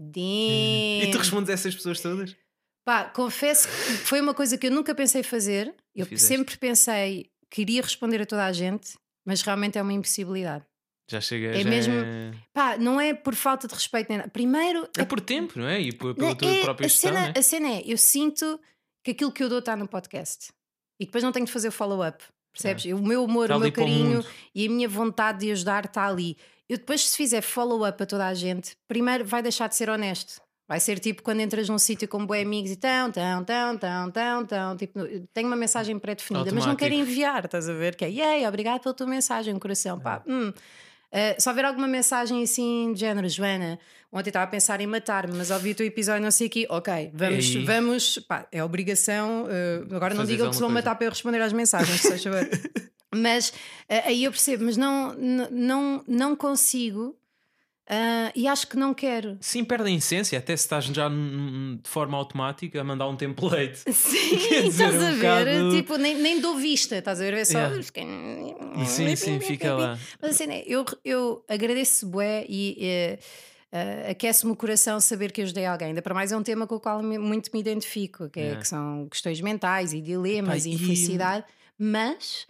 E tu damn. respondes a essas pessoas todas? Pá, confesso que foi uma coisa que eu nunca pensei fazer. Eu Fizeste. sempre pensei que iria responder a toda a gente, mas realmente é uma impossibilidade. Já chega. É já mesmo- É... Pá, não é por falta de respeito nem nada. Primeiro, é por tempo, não é? E por- pela não, tua é- própria a, gestão. cena, não é? a cena é, eu sinto que aquilo que eu dou está no podcast e depois não tenho de fazer follow-up. Percebes? O meu humor, Está o meu ali para o carinho mundo. e a minha vontade de ajudar está ali. Eu depois, se fizer follow-up a toda a gente, primeiro vai deixar de ser honesto. Vai ser tipo quando entras num sítio com bué amigos e tão, tão, tão, tão, tão, tão. Tipo, eu tenho uma mensagem pré-definida, mas não Automático. quero enviar, estás a ver? Que é, yay, obrigado pela tua mensagem, um coração. Pá, hum. Uh, se houver alguma mensagem assim de género, Joana, ontem estava a pensar em matar-me, mas ouvi o teu episódio, não sei o quê, ok, vamos, Aí. vamos, pá, é obrigação. uh, agora não Fazeres digam que se vão alguma coisa. matar para eu responder às mensagens, se faz favor. Mas uh, aí eu percebo, mas não, n- não, não consigo. Uh, e acho que não quero. Sim, perde a essência, até se estás já num- de forma automática a mandar um template. Sim, Quer dizer, estás um a ver? bocado- Tipo, nem, nem dou vista, estás a ver? É só. Yeah. E sim, sim, fica lá. Mas assim, né, eu, eu agradeço bué e eh, eh, aquece-me o coração saber que ajudei alguém. Ainda para mais é um tema com o qual me- muito me identifico, que, é- Yeah. que são questões mentais e dilemas Epá, e e- infelicidade, mas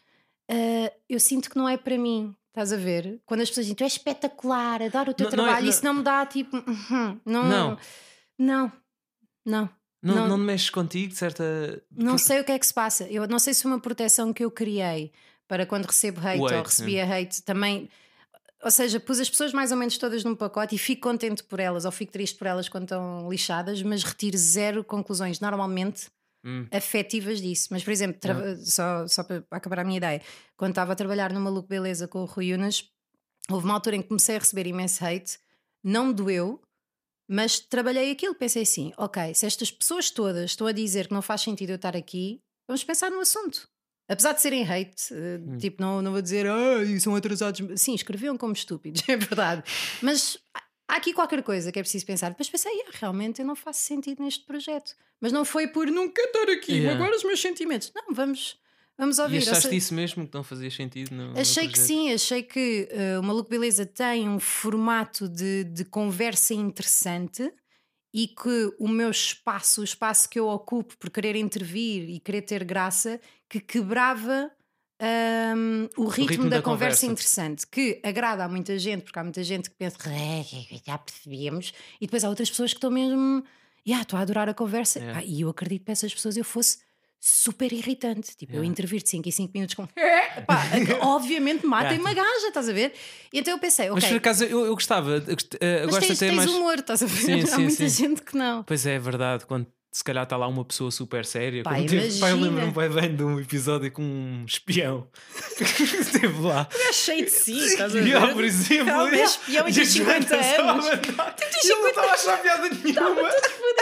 uh, eu sinto que não é para mim. Estás a ver? Quando as pessoas dizem tu és espetacular, adoro o teu não, trabalho, não é, não... isso não me dá tipo. Uh-huh, não, não. Não. Não. Não, não, não mexes contigo, de certa. Não sei o que é que se passa. Eu não sei se uma proteção que eu criei para quando recebo hate, hate ou recebia sim. hate também. Ou seja, pus as pessoas mais ou menos todas num pacote e fico contente por elas ou fico triste por elas quando estão lixadas, mas retiro zero conclusões normalmente hum. afetivas disso. Mas, por exemplo, tra- só, só para acabar a minha ideia, quando estava a trabalhar no Maluco Beleza com o Rui Unas, houve uma altura em que comecei a receber imenso hate, não me doeu. Mas trabalhei aquilo, pensei assim, ok, se estas pessoas todas estão a dizer que não faz sentido eu estar aqui, vamos pensar no assunto. Apesar de serem hate, hum. tipo, não, não vou dizer, ah, são atrasados. Sim, escreviam como estúpidos, é verdade. Mas há aqui qualquer coisa que é preciso pensar. Depois pensei, yeah, realmente eu não faço sentido neste projeto. Mas não foi por nunca estar aqui, yeah. agora os meus sentimentos. Não, vamos... Vamos ouvir. E achaste isso mesmo que não fazia sentido? No, achei no que sim, achei que uh, o Maluco Beleza tem um formato de, de conversa interessante e que o meu espaço, o espaço que eu ocupo por querer intervir e querer ter graça, que quebrava um, o, ritmo o ritmo da, da conversa, conversa interessante, que agrada a muita gente, porque há muita gente que pensa, já percebemos, e depois há outras pessoas que estão mesmo, yeah, estou a adorar a conversa, yeah. ah, e eu acredito que para essas pessoas eu fosse super irritante, tipo, yeah. eu intervir de cinco em cinco minutos com pá, obviamente matem uma gaja, estás a ver? E então eu pensei, ok. Mas por acaso eu, eu gostava, eu, eu mas gosto tens, até tens mais... humor, estás a ver? Sim, Há sim, muita sim. gente que não. Pois é, é verdade, quando se calhar está lá uma pessoa super séria. Pá, como teve, pá, eu lembro-me bem, bem de um episódio com um espião que esteve lá. É cheio de si, estás a ver? Yeah, por exemplo, é um espião e tem cinquenta anos. Eu não estava a achar piada nenhuma.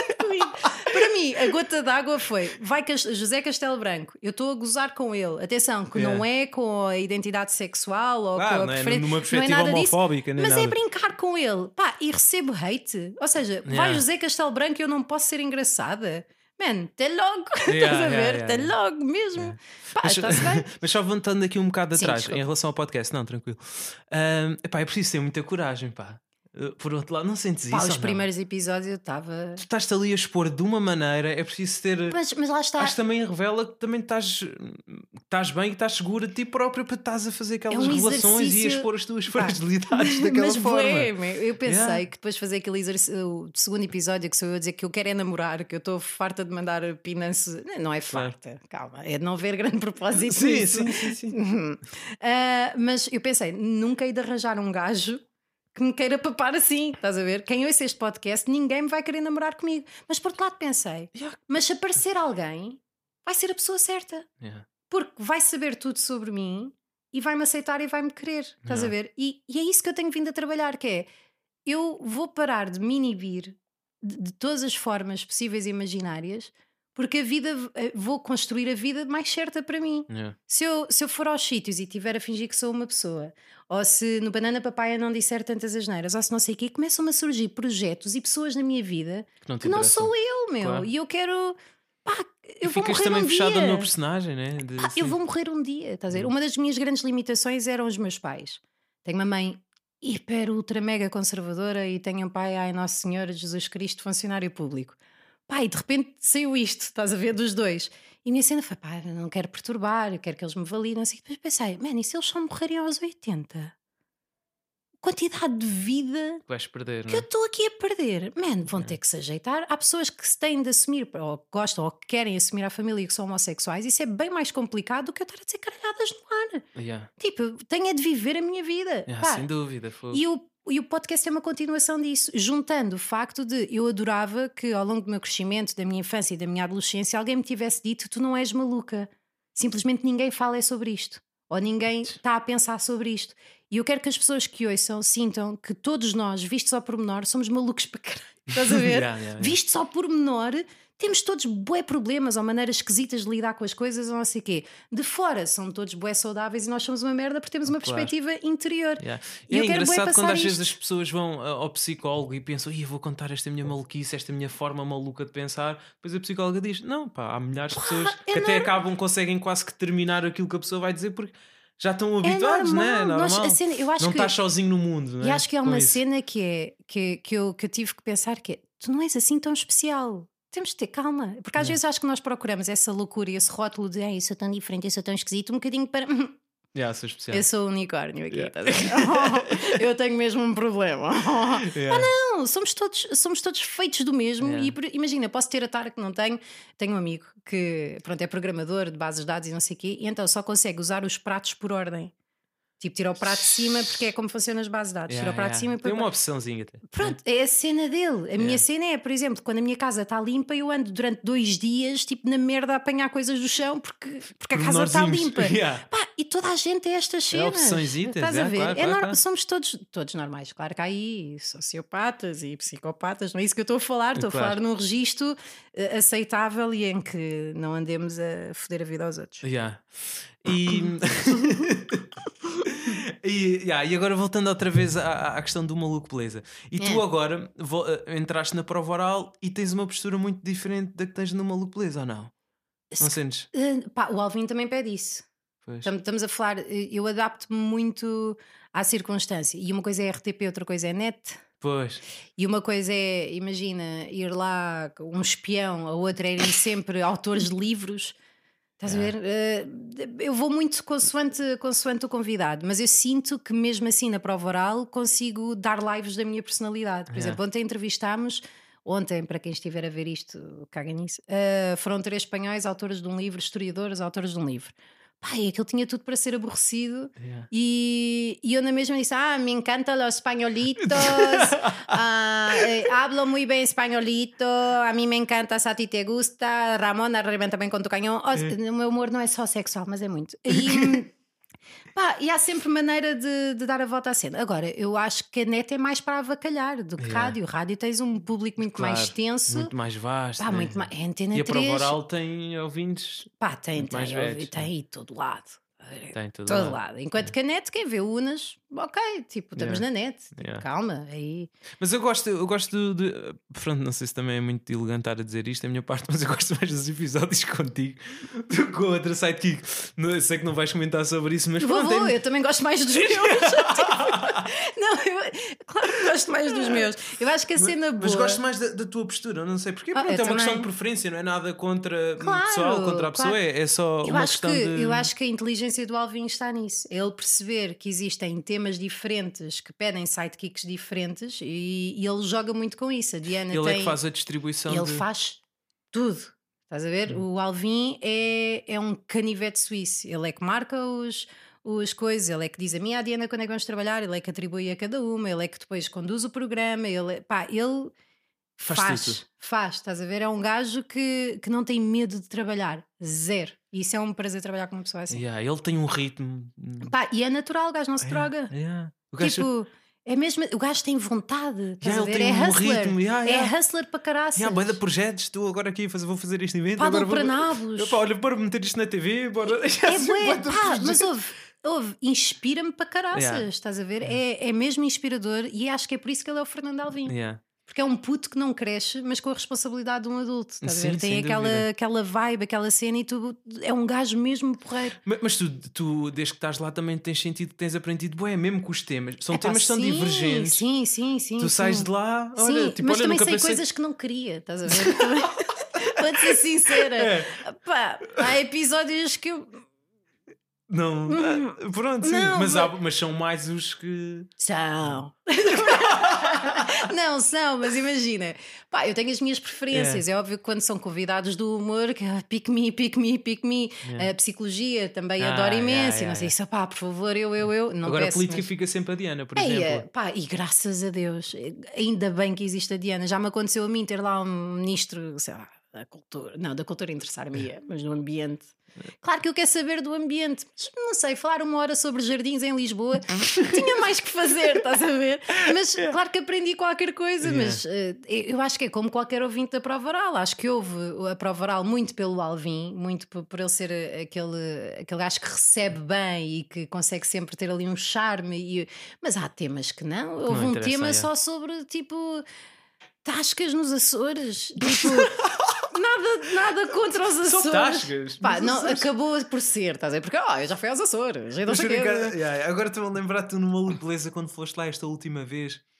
Para mim, a gota d'água foi vai José Castelo Branco, eu estou a gozar com ele. Atenção, que yeah. não é com a identidade sexual ou claro, com a não é preferência, numa perspectiva não é nada homofóbica, disso, nem mas nada. é brincar com ele. Pá, e recebo hate. Ou seja, yeah. vai José Castelo Branco e eu não posso ser engraçada. Man, até logo, yeah, estás a yeah, ver? Yeah, até yeah. logo mesmo. Yeah. Pá, mas, está-se bem? Mas só voltando aqui um bocado Sim, atrás, desculpa. em relação ao podcast, não, tranquilo. Um, epá, é preciso ter muita coragem, pá. Por outro lado, não sentes pá, isso? Os primeiros episódios eu estava. Tu estás-te ali a expor de uma maneira, é preciso ter. Mas, mas lá está. Acho que também revela que também estás, estás bem e estás segura de ti própria para estás a fazer aquelas é um relações exercício... e a expor as tuas fragilidades daquela mas forma. Mas eu pensei yeah. que depois de fazer aquele exercício, o segundo episódio, que sou eu a dizer que eu quero é namorar, que eu estou farta de mandar pinance. Não é farta, claro. Calma, é de não ver grande propósito. Sim, nisso. sim, sim, sim. uh, mas eu pensei, nunca hei de arranjar um gajo que me queira papar assim, estás a ver? Quem ouça este podcast, ninguém me vai querer namorar comigo. Mas por outro lado pensei, yeah. mas se aparecer alguém, vai ser a pessoa certa. Yeah. Porque vai saber tudo sobre mim e vai-me aceitar e vai-me querer, estás yeah. a ver? E, e é isso que eu tenho vindo a trabalhar, que é, eu vou parar de me inibir de, de todas as formas possíveis e imaginárias, porque a vida, vou construir a vida mais certa para mim. Yeah. Se, eu, se eu for aos sítios e tiver a fingir que sou uma pessoa, ou se no Banana Papaya não disser tantas asneiras, ou se não sei o quê, começam-me a surgir projetos e pessoas na minha vida que não, que não sou eu, meu. Claro. E eu quero... Pá, eu e vou ficas morrer também um fechada dia. no meu personagem, né? De, ah, eu vou morrer um dia, estás a ver? Hum. Uma das minhas grandes limitações eram os meus pais. Tenho uma mãe hiper, ultra, mega conservadora e tenho um pai, ai Nosso Senhor Jesus Cristo, funcionário público. Pá, e de repente saiu isto, estás a ver, dos dois. E a minha cena foi, pá, não quero perturbar, eu quero que eles me validem. Assim. Depois pensei, man, e se eles só morrerem aos oitenta? Quantidade de vida vais perder, que não é? eu estou aqui a perder. Man, vão é. ter que se ajeitar. Há pessoas que se têm de assumir, ou que gostam, ou que querem assumir à família que são homossexuais. Isso é bem mais complicado do que eu estar a dizer caralhadas no ar. Yeah. Tipo, tenho é de viver a minha vida. Yeah, pá. Sem dúvida. Foi. E o E o podcast é uma continuação disso, juntando o facto de eu adorava que ao longo do meu crescimento, da minha infância e da minha adolescência, alguém me tivesse dito: tu não és maluca. Simplesmente ninguém fala sobre isto. Ou ninguém está a pensar sobre isto. E eu quero que as pessoas que ouçam sintam que todos nós, vistos ao pormenor, somos malucos para caralho. Estás a ver? yeah, yeah, yeah. Vistos ao pormenor, temos todos bué problemas ou maneiras esquisitas de lidar com as coisas ou não sei o quê. De fora são todos bué saudáveis e nós somos uma merda porque temos uma claro. perspectiva interior. Yeah. E é eu quero bué engraçado quando às isto. vezes as pessoas vão ao psicólogo e pensam: eu vou contar esta minha maluquice, esta minha forma maluca de pensar. Depois a psicóloga diz: não, pá, há milhares de pessoas é que não... até acabam, conseguem quase que terminar aquilo que a pessoa vai dizer porque já estão é habituados, normal. não é? Normal. Nós, cena, eu acho não que... estás sozinho no mundo, não é? E acho que é Com uma isso. cena que, é, que, que, eu, que eu tive que pensar que é, tu não és assim tão especial. Temos de ter calma. Porque às não. vezes acho que nós procuramos essa loucura e esse rótulo de eu sou tão diferente, eu sou tão esquisito, um bocadinho para... Yeah, sou especial. Eu sou o unicórnio aqui, Yeah. estás a ver? Eu tenho mesmo um problema. Yeah. Ah, não, somos todos, somos todos feitos do mesmo. Yeah. E por- imagina, posso ter a tara que não tenho. Tenho um amigo que pronto, é programador de bases de dados e não sei o quê, e então só consegue usar os pratos por ordem. Tipo, tira o prato de cima, porque é como funciona as bases de dados. Yeah, Tira o prato yeah. de cima e Tem põe- uma opçãozinha até. Pronto, é a cena dele. A minha Yeah. cena é, por exemplo, quando a minha casa está limpa, eu ando durante dois dias, tipo, na merda a apanhar coisas do chão porque, porque a casa está Pormenorzinhos. limpa. Yeah. Pá, e toda a gente tem estas cenas. opçõezitas, Estás é, a ver? claro, É claro, nor- claro. Somos todos, todos normais. Claro que há aí sociopatas e psicopatas, não é isso que eu estou a falar. Estou Claro. a falar num registro eh, aceitável e em que não andemos a foder a vida aos outros. Yeah. E... e, yeah, e agora voltando outra vez à, à questão do maluco beleza. E tu É. agora vo- eh, entraste na prova oral e tens uma postura muito diferente da que tens no maluco beleza, ou não? Não sentes? Eh, pá, o Alvin também pede isso. Pois. Estamos, estamos a falar, eh, eu adapto-me muito à circunstância. E uma coisa é R T P, outra coisa é net. Pois. E uma coisa é, imagina, ir lá com um espião, a outra é irem sempre autores de livros. Estás a ver? Eh, eu vou muito consoante, consoante o convidado, mas eu sinto que mesmo assim na prova oral consigo dar lives da minha personalidade. Por Yeah. exemplo, ontem entrevistámos, ontem, para quem estiver a ver isto, caga nisso, eh, foram três espanhóis, autores de um livro, historiadores, autores de um livro. Pai, aquilo tinha tudo para ser aborrecido. Yeah. Y, y yo mismo dice, ah, me encantan los españolitos, ah, eh, hablo muy bien españolito, a mí me encantas, a ti te gusta, Ramón, arrebenta bem com tu canhão. Oh, o meu humor não é só sexual, mas é muito. E, pá, e há sempre maneira de, de dar a volta à cena. Agora, eu acho que a net é mais para avacalhar do que Yeah. rádio. Rádio tens um público muito Claro, mais extenso. muito mais vasto. Pá, né? muito mais. É Antena E a prova três. oral tem ouvintes. Pá, tem, muito mais tem, velhos, tem, tem todo lado. Tem todo, Todo lado. lado. Enquanto que a net, quem vê Unas, ok, tipo, estamos Yeah. na net. Tipo, Yeah. calma, aí. Mas eu gosto, eu gosto de. Pronto, não sei se também é muito elegante estar a dizer isto da minha parte, mas eu gosto mais dos episódios contigo do que com a outra sidekick. Não, eu sei que não vais comentar sobre isso, mas Vou, pronto. vou, é- eu também gosto mais dos meus. Tipo, não, eu, claro que gosto mais dos meus. Eu acho que a cena boa. Mas gosto mais da, da tua postura, não sei porquê. Ah, Pronto, eu é uma questão de também. preferência, não é nada contra Claro, o pessoal, contra a pessoa, claro. é, é só Eu uma acho, questão que, de. eu acho que a inteligência do Alvin está nisso. É ele perceber que existem temas diferentes que pedem sidekicks diferentes e, e ele joga muito com isso. A Diana Ele tem. é que faz a distribuição. Ele de... faz tudo. Estás a ver? Hum. O Alvin é, é um canivete suíço. Ele é que marca os, os coisas, ele é que diz a mim, a Diana, quando é que vamos trabalhar, ele é que atribui a cada uma, ele é que depois conduz o programa, ele, é- pá, ele Faz faz, tudo. faz, estás a ver? É um gajo que, que não tem medo de trabalhar, zero. E isso é um prazer trabalhar com uma pessoa assim. Yeah, ele tem um ritmo. Pá, e é natural, o gajo não se Yeah, droga. yeah. O gajo- Tipo, é mesmo, o gajo tem vontade, estás Yeah, a ele ver? tem É um hustler, ritmo, yeah, é yeah. hustler para caraças. Yeah, bué de projetos, estou agora aqui a fazer, vou fazer este evento. Paddle agora vou... para nabos. Epá, olha, bora meter isto na T V, bora. É bué, pá, mas ouve, ouve inspira-me para caraças, Yeah. estás a ver? É, é mesmo inspirador e acho que é por isso que ele é o Fernando Alvim. Yeah. Porque é um puto que não cresce, mas com a responsabilidade de um adulto. Estás a Sim, ver? Tem sem aquela, dúvida. aquela vibe, aquela cena e tu é um gajo mesmo porreiro. Mas, mas tu, tu, desde que estás lá, também tens sentido que tens aprendido, bué, mesmo com os temas. São Epá, temas que são sim, divergentes. Sim, sim, sim. Tu sim. sais de lá, Sim, olha, tipo, mas olha, também nunca sei pensei... coisas que não queria, estás a ver? Vou-te ser sincera. É. Pá, há episódios que eu. Não, ah, pronto, sim. Não, mas, mas- há- mas são mais os que. São. Não, são, mas imagina. Pá, eu tenho as minhas preferências. É, óbvio que quando são convidados do humor, que ah, pick me, pick me, pick me. Yeah. A psicologia também Ah, adoro yeah, imenso. yeah, e não sei yeah. se, pá, por favor, eu, eu, eu. Não Agora peço, a política mas- fica sempre a Diana, por Ei, exemplo. pá, e graças a Deus, ainda bem que existe a Diana. Já me aconteceu a mim ter lá um ministro, sei lá, da cultura, não, da cultura interessar-me, mas do ambiente. Claro que eu quero saber do ambiente, mas não sei, falar uma hora sobre jardins em Lisboa, tinha mais que fazer, estás a ver? Mas claro que aprendi qualquer coisa, Yeah. mas eh, eu acho que é como qualquer ouvinte da prova oral. Acho que houve a prova oral muito pelo Alvin, muito por, por ele ser aquele, aquele gajo que recebe bem e que consegue sempre ter ali um charme. E, mas há temas que não. Houve um interessa, tema é. só sobre tipo tascas nos Açores, tipo. Nada, nada contra os Açores. Só tascas Pá, nos não, Açores. acabou por ser, estás a ver? Porque ah, eu já fui aos Açores. Eu não Mas sei por quê. acaso- yeah, agora estou a lembrar-te numa beleza quando foste lá esta última vez.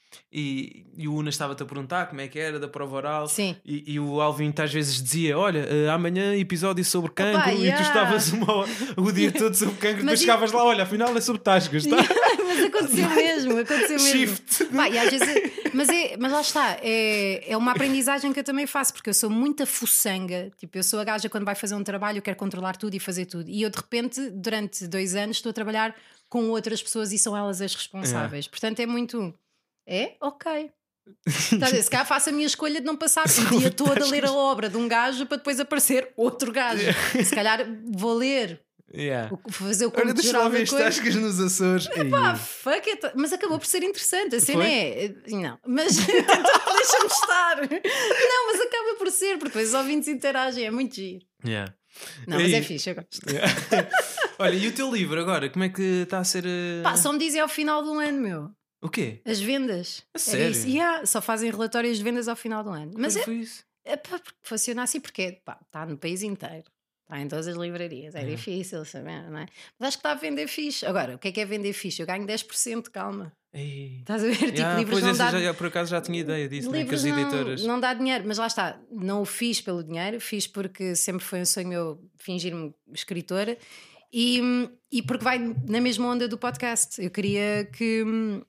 e, e o Una estava-te a perguntar como é que era da prova oral. Sim. E, e o Alvin às vezes dizia: olha, uh, amanhã episódio sobre cancro. Opa, e yeah. tu estavas uma, o dia todo sobre cancro. Depois Mas chegavas lá: olha, afinal é sobre tascas, tá? Mas aconteceu mesmo, aconteceu mesmo. Shift. Pá, e às vezes é- mas, é, mas lá está, é, é uma aprendizagem que eu também faço, porque eu sou muito fuçanga. Tipo, eu sou a gaja quando vai fazer um trabalho, eu quero controlar tudo e fazer tudo. E eu de repente, durante dois anos, estou a trabalhar com outras pessoas e são elas as responsáveis. É. Portanto, é muito. É? Ok. Tá a dizer, se calhar faço a minha escolha de não passar o dia todo a ler a obra de um gajo para depois aparecer outro gajo. Se calhar vou ler, Yeah. o- fazer o Olha, conto deixa lá geral ver da as coisa. tascas nos Açores. Pá, fuck it. Mas acabou por ser interessante. A cena Foi? é. Não, mas então deixa-me estar. Não, mas acaba por ser, porque depois os ouvintes interagem, é muito giro. Yeah. Não, mas E- é fixe, eu gosto. Yeah. Olha, e o teu livro agora? Como é que está a ser? uh, Pá, só me dizem ao final do ano, meu. O quê? As vendas. A Era sério? isso. Yeah, só fazem relatórios de vendas ao final do ano. Mas Quando é, foi isso? é pá, porque funciona assim, porque pá, está no país inteiro. Está em todas as livrarias. É difícil saber, não é? Mas acho que está a vender fixe. Agora, o que é que é vender fixe? Eu ganho dez por cento, calma. Ei. Estás a ver? Tipo, Yeah, livros pois não esse dá. já, por acaso já tinha ideia disso, né? Que as Livros editoras. não, não dá dinheiro, mas lá está, não o fiz pelo dinheiro, fiz porque sempre foi um sonho meu fingir-me escritora e, e porque vai na mesma onda do podcast. Eu queria que.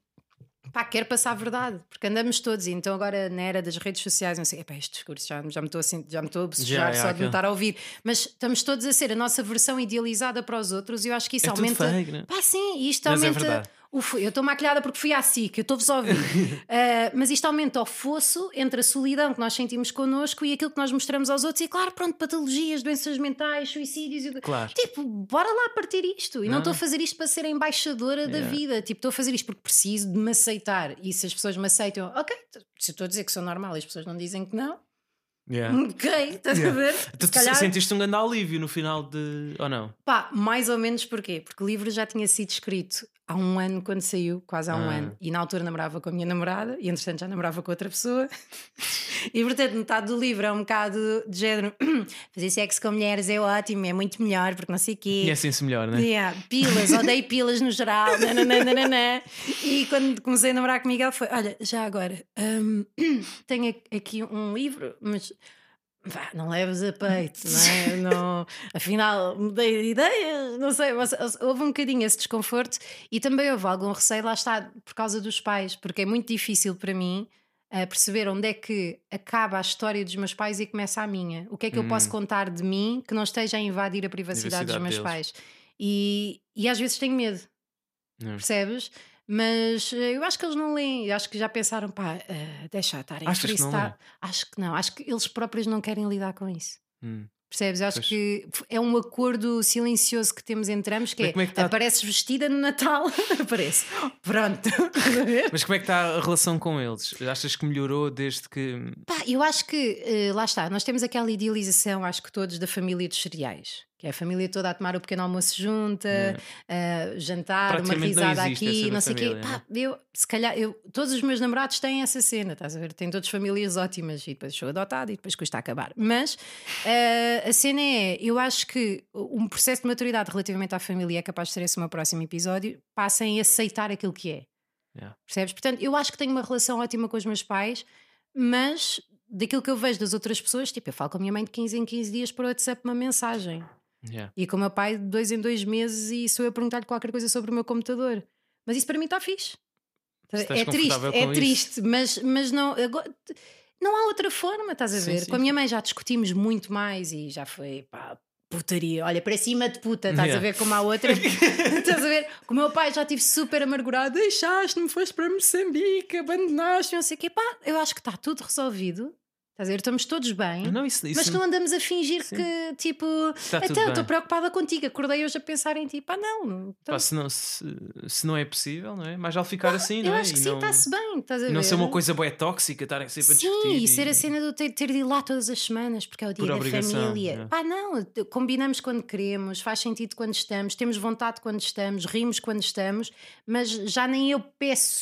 Pá, quero passar a verdade, porque andamos todos, e então agora na era das redes sociais, não sei, epá, este discurso já, já me estou assim, já me estou a bocejar Já, só é, de me estar a ouvir, mas estamos todos a ser a nossa versão idealizada para os outros, e eu acho que isso É tudo aumenta. fake, né? Pá, sim, e isto Mas é aumenta. verdade. O fo- eu estou maquilhada porque fui à S I C, eu estou-vos a ouvir. Uh, mas isto aumenta o fosso entre a solidão que nós sentimos connosco e aquilo que nós mostramos aos outros. E claro, pronto, patologias, doenças mentais, suicídios. e- Claro. Tipo, bora lá partir isto. E não Não. estou a fazer isto para ser a embaixadora da Yeah. vida. Tipo, estou a fazer isto porque preciso de me aceitar. E se as pessoas me aceitam, ok, se eu estou a dizer que sou normal e as pessoas não dizem que não, Yeah. ok, estás a Yeah. ver? Tu Se calhar- sentiste um grande alívio no final de. Ou não? Pá, mais ou menos porquê? Porque o livro já tinha sido escrito há um ano quando saiu, quase há um Ah. ano. E na altura namorava com a minha namorada e entretanto já namorava com outra pessoa. E portanto metade do livro é um bocado de género fazer sexo com mulheres é ótimo, é muito melhor porque não sei o quê. Conhecem-se melhor, né? Yeah, pilas, odeio pilas no geral. Nananana. E quando comecei a namorar com o Miguel foi: olha, já agora hum, tenho aqui um livro, mas vá, não leves a peito, não é? Não, afinal, mudei de ideia, não sei, mas houve um bocadinho esse desconforto e também houve algum receio, lá está, por causa dos pais, porque é muito difícil para mim a perceber onde é que acaba a história dos meus pais e começa a minha. O que é que eu posso contar de mim que não esteja a invadir a privacidade, dos meus Privacidade deles. pais? E, e às vezes tenho medo, Não. percebes? Mas eh, eu acho que eles não leem, eu acho que já pensaram, pá, eh, deixa estar em Achas que não freestyle. Acho que não, acho que eles próprios não querem lidar com isso. Hum. Percebes? Eu acho Pois. que é um acordo silencioso que temos entre ambos, que Mas é, como é que tá- apareces vestida no Natal, aparece. Pronto. Estás a ver? Mas como é que está a relação com eles? Achas que melhorou desde que. Pá, eu acho que, eh, lá está, nós temos aquela idealização, acho que todos, da família dos cereais. Que é a família toda a tomar o pequeno almoço junta, a jantar, uma Praticamente não risada existe aqui, essa não sei o quê. família, Pá, eu, se calhar, eu, todos os meus namorados têm essa cena, estás a ver? Têm todas famílias ótimas e depois sou adotada e depois custa a acabar. Mas eh, a cena é, eu acho que um processo de maturidade relativamente à família é capaz de ser esse o meu próximo episódio, passa em aceitar aquilo que é. Yeah. Percebes? Portanto, eu acho que tenho uma relação ótima com os meus pais, mas daquilo que eu vejo das outras pessoas, tipo, eu falo com a minha mãe de quinze em quinze dias por WhatsApp uma mensagem. Yeah. E com o meu pai de dois em dois meses e sou eu a perguntar-lhe qualquer coisa sobre o meu computador. Mas isso para mim está fixe. Estás É triste, confortável é com triste, mas, mas não, agora, não há outra forma, estás a Sim, ver? sim, Com a minha mãe já discutimos muito mais e já foi pá, putaria. Olha, para cima de puta, estás Yeah. a ver como há outra. Estás a ver? Com o meu pai já estive super amargurado. Deixaste-me, foste para Moçambique, abandonaste, não sei o quê. Pá, eu acho que está tudo resolvido. Estás a ver? Estamos todos bem. Não, isso, isso Mas não andamos a fingir Sim. que, tipo, Está tudo então bem. estou preocupada contigo. Acordei hoje a pensar em ti. Pá, não. não Pá, se, não, se, se não é possível, não é? Mais vale ficar assim, não eu é? acho que E sim, não, está-se bem. Estás a e ver? não ser uma coisa bué tóxica, estarem sempre a discutir. Sim, e ser a cena de ter, ter de ir lá todas as semanas, porque é o dia Por da obrigação, família. é. Pá, não, combinamos quando queremos, faz sentido quando estamos, temos vontade quando estamos, rimos quando estamos, mas já nem eu peço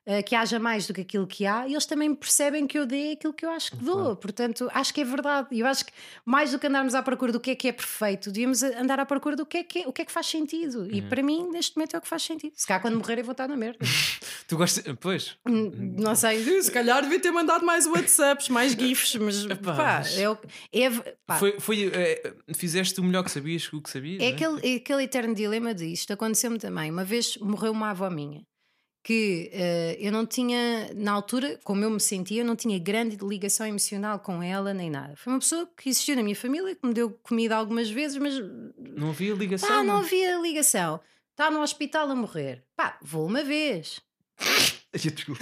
uh, que haja mais do que aquilo que há, e eles também percebem que eu dei aquilo que eu acho que dou. Claro. Portanto, acho que é verdade. E eu acho que mais do que andarmos à procura do que é que é perfeito, devíamos andar à procura do que é que, é, o que, é que faz sentido. E para mim, neste momento, é o que faz sentido. Se calhar quando morrer eu vou estar na merda. Tu gostas. Pois. Não sei, se calhar devia ter mandado mais WhatsApps, mais GIFs, mas Epá, pá, mas- é, o- é, pá, Foi, foi, é, fizeste o melhor que sabias com o que sabias. é não aquele, é aquele eterno dilema disto. Aconteceu-me também. Uma vez morreu uma avó minha que eh, eu não tinha, na altura, como eu me sentia, eu não tinha grande ligação emocional com ela nem nada. Foi uma pessoa que existiu na minha família, que me deu comida algumas vezes, mas Não havia ligação. pá, não havia ligação. Está no hospital a morrer. Pá, vou uma vez. Desculpa.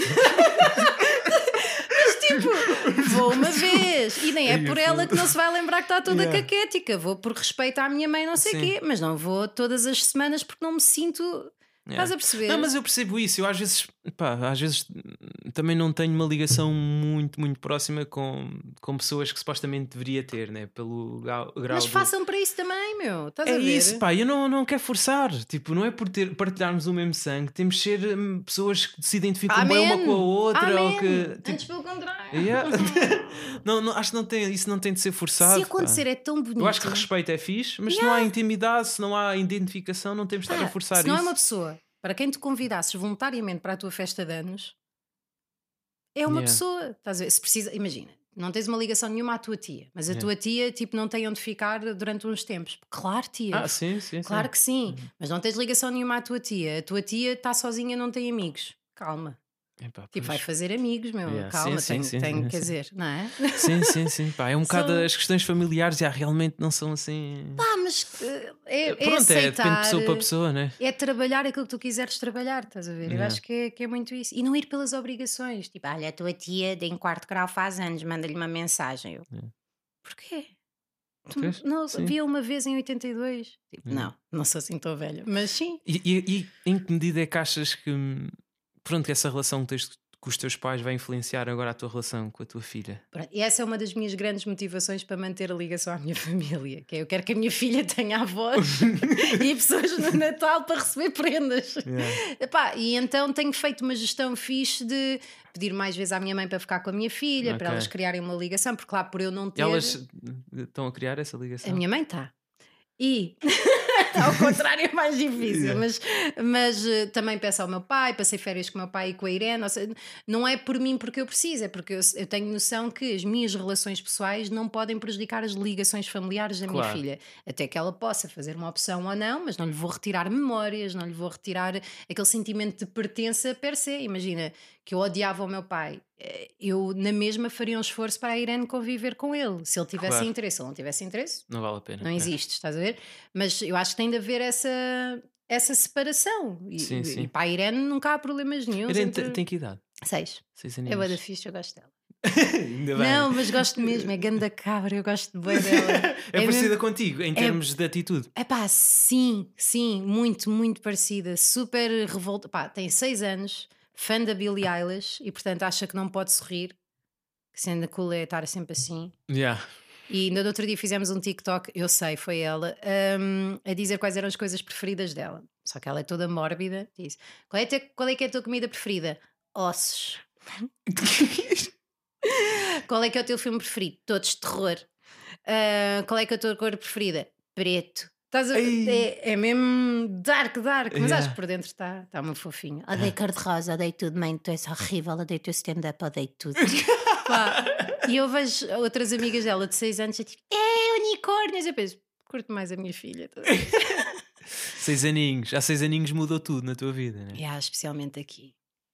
Tipo, vou uma vez. E nem é Ai, por eu ela fui- que não se vai lembrar que está toda Yeah. caquética. Vou por respeito à minha mãe, não sei o Sim. quê. Mas não vou todas as semanas porque não me sinto. Estás a perceber? Não, mas eu percebo isso. Eu às vezes, pá, às vezes também não tenho uma ligação muito, muito próxima com, com pessoas que supostamente deveria ter, né? Pelo grau, grau Mas de- façam para isso também, meu. Estás É a ver? isso, pá, eu não, não quero forçar. Tipo, não é por ter, partilharmos o mesmo sangue, temos de ser hum, pessoas que se identificam bem uma com a outra. Amém. Ou que, tipo, Antes pelo contrário. yeah. não, não, acho que não tem, isso não tem de ser forçado. Se acontecer pá. é tão bonito. Eu acho que respeito é fixe, mas se não há intimidade, se não há identificação, não temos de estar Pá, a forçar se não isso. é uma pessoa para quem te convidasses voluntariamente para a tua festa de anos, é uma Yeah. pessoa. Estás a ver? Se precisa, imagina, não tens uma ligação nenhuma à tua tia, mas a Yeah. tua tia tipo, não tem onde ficar durante uns tempos. Claro, tia. Ah, sim, sim, sim. Claro que sim, mas não tens ligação nenhuma à tua tia. A tua tia está sozinha, não tem amigos. Calma. Epá, Tipo, pois. vai fazer amigos, meu. Yeah, Calma, sim, tem, sim, tem- sim, quer sim. dizer, não é? Sim, sim, sim. Pá, é um bocado São- as questões familiares já realmente não são assim. Pá, mas uh, é, é Pronto, é, aceitar, depende de pessoa para pessoa, né? é trabalhar aquilo que tu quiseres trabalhar, estás a ver? Eu Yeah. acho que é, que é muito isso. E não ir pelas obrigações. Tipo, olha, a tua tia de em quarto grau faz anos, manda-lhe uma mensagem. Eu, Yeah. porquê? Tu Pois, não sim. via uma vez em oitenta e dois. Tipo, Yeah. não, não sou assim tão velha. Mas sim. E, e- e em que medida é que achas que, hum, pronto, que essa relação que tens com os teus pais vai influenciar agora a tua relação com a tua filha? Pronto, e essa é uma das minhas grandes motivações para manter a ligação à minha família, que é eu quero que a minha filha tenha avós e pessoas no Natal para receber prendas. Epá, e então tenho feito uma gestão fixe de pedir mais vezes à minha mãe para ficar com a minha filha, Ok. para elas criarem uma ligação, porque lá por eu não E ter. elas estão a criar essa ligação? A minha mãe está. E ao contrário é mais difícil, Yeah. mas, mas eh, também peço ao meu pai, passei férias com o meu pai e com a Irene. Ou seja, não é por mim porque eu preciso, é porque eu, eu tenho noção que as minhas relações pessoais não podem prejudicar as ligações familiares da minha Claro. filha. Até que ela possa fazer uma opção ou não, mas não lhe vou retirar memórias, não lhe vou retirar aquele sentimento de pertença per se. Imagina que eu odiava o meu pai. eh, Eu na mesma faria um esforço para a Irene conviver com ele. Se ele tivesse Claro. interesse, se ele não tivesse interesse, Não vale a pena. não É. existe, estás a ver? Mas eu acho que tem de haver essa, essa separação. E, Sim, sim. e para a Irene nunca há problemas nenhum. Irene, tem- tem que idade? Seis. Seis É aninhos. boa da fixe, eu gosto dela. Ainda bem. Não, mas gosto mesmo, é ganda cabra, eu gosto de boa dela. É, parecida mesmo- contigo em termos de atitude. É pá, sim, sim, muito, muito parecida. Super revolta. Pá, tem seis anos, fã da Billie Eilish e portanto acha que não pode sorrir. Que sendo cool é estar sempre assim. Yeah. E no outro dia fizemos um TikTok, eu sei, foi ela, hum, a dizer quais eram as coisas preferidas dela. Só que ela é toda mórbida. Diz: Qual é, te- qual é que é a tua comida preferida? Ossos. Qual é que é o teu filme preferido? Todos de terror. Ah, qual é que é a tua cor preferida? Preto. Estás a... Ei. é, é mesmo dark, dark, mas Yeah. acho que por dentro está tá muito fofinho. Odeio cor-de-rosa, odeio tudo, mãe, tu és horrível, odeio o teu stand-up, odeio tudo. Pá, e eu vejo outras amigas dela de seis anos e tipo, é unicórnios. Eu penso, curto mais a minha filha. Seis aninhos. Há seis aninhos mudou tudo na tua vida, né? Yeah, especialmente aqui.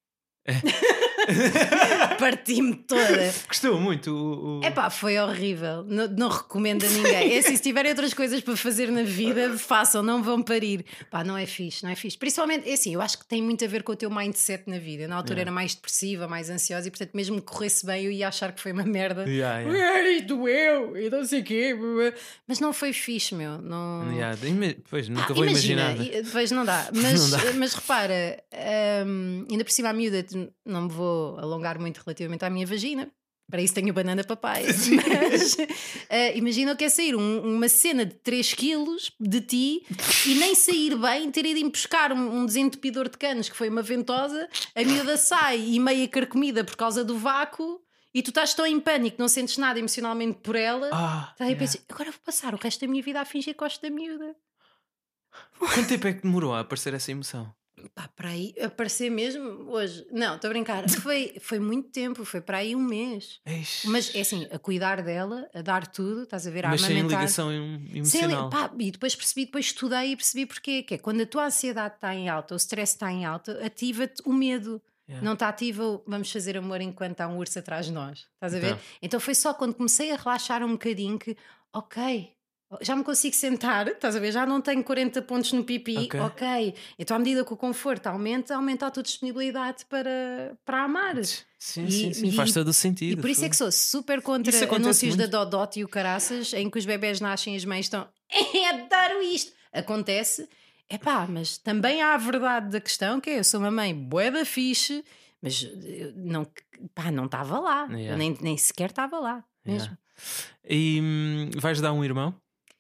Parti-me toda. Gostou muito o. o- Epá, foi horrível. Não, não recomendo a ninguém. É assim, se tiverem outras coisas para fazer na vida, façam, não vão parir. Pá, não é fixe, não é fixe. Principalmente, é assim, eu acho que tem muito a ver com o teu mindset na vida. Na altura Yeah. era mais depressiva, mais ansiosa e, portanto, mesmo que corresse bem, eu ia achar que foi uma merda. Yeah, yeah. E doeu, e não sei o quê. Mas não foi fixe, meu. Não... Yeah, ima- Pois, nunca Ah, vou imagina, imaginar. né? e- Depois não dá. Mas, Não dá. mas repara, hum, ainda por cima a miúda, não me vou alongar muito relativamente à minha vagina. Para isso tenho banana papai. Mas uh, imagina o que é sair um, uma cena de três quilos de ti e nem sair bem, ter ido buscar um, um desentupidor de canos que foi uma ventosa, a miúda sai e meia carcomida por causa do vácuo e tu estás tão em pânico, não sentes nada emocionalmente por ela. Ah, Tá, e yeah. pensas, agora vou passar o resto da minha vida a fingir que gosto da miúda. Quanto tempo é que demorou a aparecer essa emoção? Pá, para aí aparecer mesmo hoje. Não, estou a brincar. Foi, foi muito tempo, foi para aí um mês. Eish. Mas é assim, a cuidar dela, a dar tudo, estás a ver, a Mas sem amamentar. ligação em- Sem li- emocional. pá, e depois percebi, depois estudei e percebi porquê. Que é quando a tua ansiedade está em alta, o stress está em alta, ativa-te o medo. Yeah. Não está ativa o vamos fazer amor enquanto há um urso atrás de nós. Estás a ver? Então. Então foi só quando comecei a relaxar um bocadinho que, ok, já me consigo sentar, estás a ver? Já não tenho quarenta pontos no pipi, Ok. ok. Então, à medida que o conforto aumenta, aumenta a tua disponibilidade para, para amar. Sim, E- sim, sim. e- Faz todo o sentido. E por isso é que sou super contra Isso acontece anúncios da muito. Dodot e o caraças, em que os bebés nascem e as mães estão é, adoro isto. Acontece, é pá, mas também há a verdade da questão que é, eu sou uma mãe bué da fixe, mas eu não pá, não estava lá, Yeah. eu nem, nem sequer estava lá mesmo. Yeah. E hum, vais dar um irmão?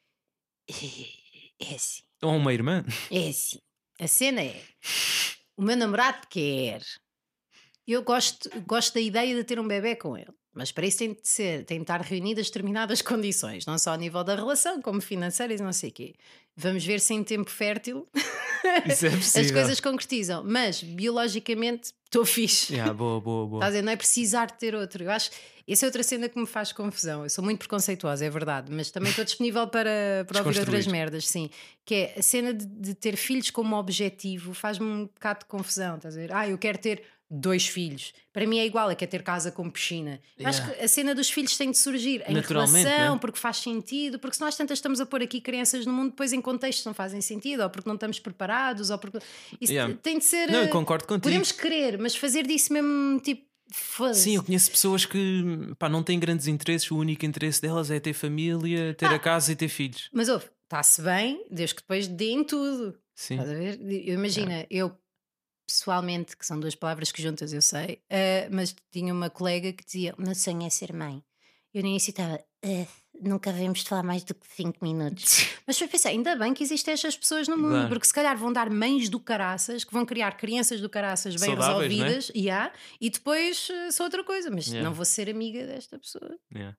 É assim, Ou uma irmã? é assim. A cena é o meu namorado quer. Eu gosto, gosto da ideia de ter um bebê com ele, mas para isso tem de ser, tem de estar reunidas determinadas condições, não só a nível da relação, como financeiras e não sei o quê. Vamos ver se em tempo fértil Isso é as possível. coisas concretizam, mas biologicamente estou fixe. Yeah, boa, boa, boa. Estás a dizer, não é precisar de ter outro. Eu acho essa é outra cena que me faz confusão. Eu sou muito preconceituosa, é verdade, mas também estou disponível para, para ouvir outras Desconstruir. merdas, sim. Que é a cena de, de ter filhos como objetivo faz-me um bocado de confusão. Estás a ver? Ah, eu quero ter dois filhos. Para mim é igual, é que é ter casa com piscina. Eu acho Yeah. que a cena dos filhos tem de surgir em Naturalmente, relação, né? porque faz sentido, porque se nós tantas estamos a pôr aqui crianças no mundo, depois em contextos não fazem sentido, ou porque não estamos preparados, ou porque. Isso Yeah. tem de ser. Não, eu eh, concordo contigo. Podemos querer, mas fazer disso mesmo tipo. Foda-se. Sim, eu conheço pessoas que pá, não têm grandes interesses, o único interesse delas é ter família, ter Ah. a casa e ter filhos. Mas ouve, está-se bem, desde que depois deem tudo. Sim. Estás a ver? Eu imagina, eu pessoalmente, que são duas palavras que juntas, eu sei, eh, mas tinha uma colega que dizia: o meu sonho é ser mãe. Eu nem citava, "Ah, nunca devemos falar mais do que cinco minutos. Mas foi pensar, ainda bem que existem estas pessoas no mundo, Claro. porque se calhar vão dar mães do caraças, que vão criar crianças do caraças bem Saudáveis, não é? resolvidas, e há, e depois eh, sou outra coisa, mas Yeah. não vou ser amiga desta pessoa. Yeah.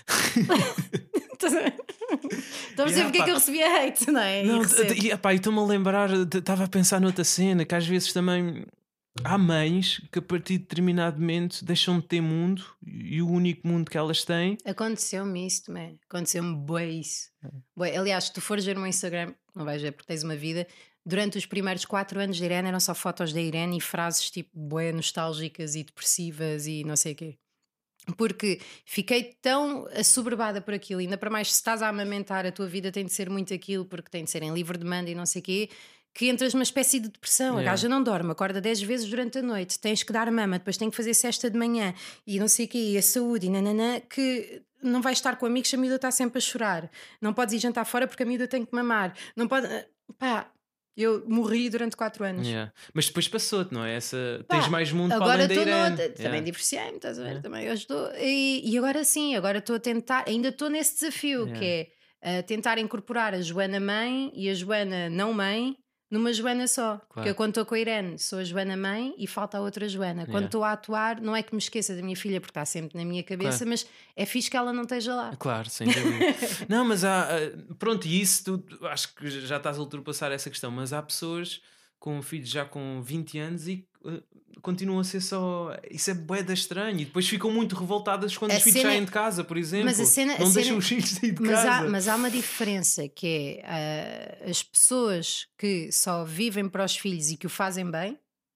Estás a ver? Estou a perceber Yeah, porque é pá. que eu recebia hate, não é? E Não, recebo. e, epá, e estou-me a lembrar, estava a pensar noutra cena, que às vezes também há mães que a partir de determinado momento deixam de ter mundo e o único mundo que elas têm. Aconteceu-me isso também. Aconteceu-me bué isso. Bué. Aliás, se tu fores ver o meu Instagram, não vais ver porque tens uma vida. Durante os primeiros quatro anos da Irene eram só fotos da Irene e frases tipo bué nostálgicas e depressivas e não sei o quê. Porque fiquei tão assoberbada por aquilo, ainda para mais se estás a amamentar, a tua vida tem de ser muito aquilo, porque tem de ser em livre demanda e não sei o quê, que entras numa espécie de depressão. A Yeah. gaja não dorme, acorda dez vezes durante a noite, tens que dar mama, depois tem que fazer cesta de manhã e não sei o quê, e a saúde e nananã, que não vais estar com amigos, a miúda está sempre a chorar. Não podes ir jantar fora porque a miúda tem que mamar. Não pode. Pá, eu morri durante quatro anos. Yeah. Mas depois passou-te, não é? Essa, Pá, tens mais mundo para agora além da estou Irene. noutra- Yeah. Também divorciei-me, estás a ver? Yeah. Também ajudou. E, e agora sim, agora estou a tentar, ainda estou nesse desafio Yeah. que é uh, tentar incorporar a Joana mãe e a Joana não mãe numa Joana só. Porque eu quando estou com a Irene sou a Joana mãe e falta a outra Joana. Quando Yeah. estou a atuar, não é que me esqueça da minha filha porque está sempre na minha cabeça, Claro. mas é fixe que ela não esteja lá. Claro, sem dúvida. Não, mas há. ah, Pronto, e isso tu acho que já estás a ultrapassar essa questão, mas há pessoas com filhos já com vinte anos e ah, continuam a ser só. Isso é bué da estranho. E depois ficam muito revoltadas quando A os filhos cena- saem de casa, por exemplo. Mas a cena- a não cena- deixam os filhos sair de Mas casa. há, mas há uma diferença que é ah, as pessoas que só vivem para os filhos e que o fazem bem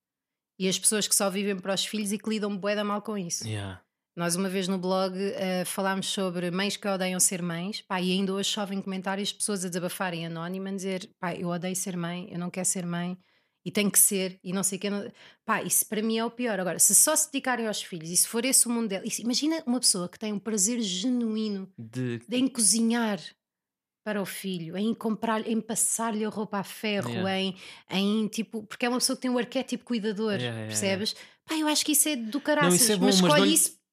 e as pessoas que só vivem para os filhos e que lidam bué da mal com isso. Yeah. Nós uma vez no blog ah, falámos sobre mães que odeiam ser mães, pá, e ainda hoje chovem comentários de pessoas a desabafarem anónima, a dizer, pá, eu odeio ser mãe, eu não quero ser mãe e tenho que ser e não sei o que. Não... Pá, isso para mim é o pior. Agora, se só se dedicarem aos filhos e se for esse o mundo dela, isso- imagina uma pessoa que tem um prazer genuíno De... em cozinhar para o filho, em comprar, em passar-lhe a roupa a ferro, Yeah. em, em tipo, porque é uma pessoa que tem um arquétipo cuidador, Yeah, yeah, percebes? Pá, eu acho que isso é do caraças, Não, isso é bom, mas mas escolhe não- isso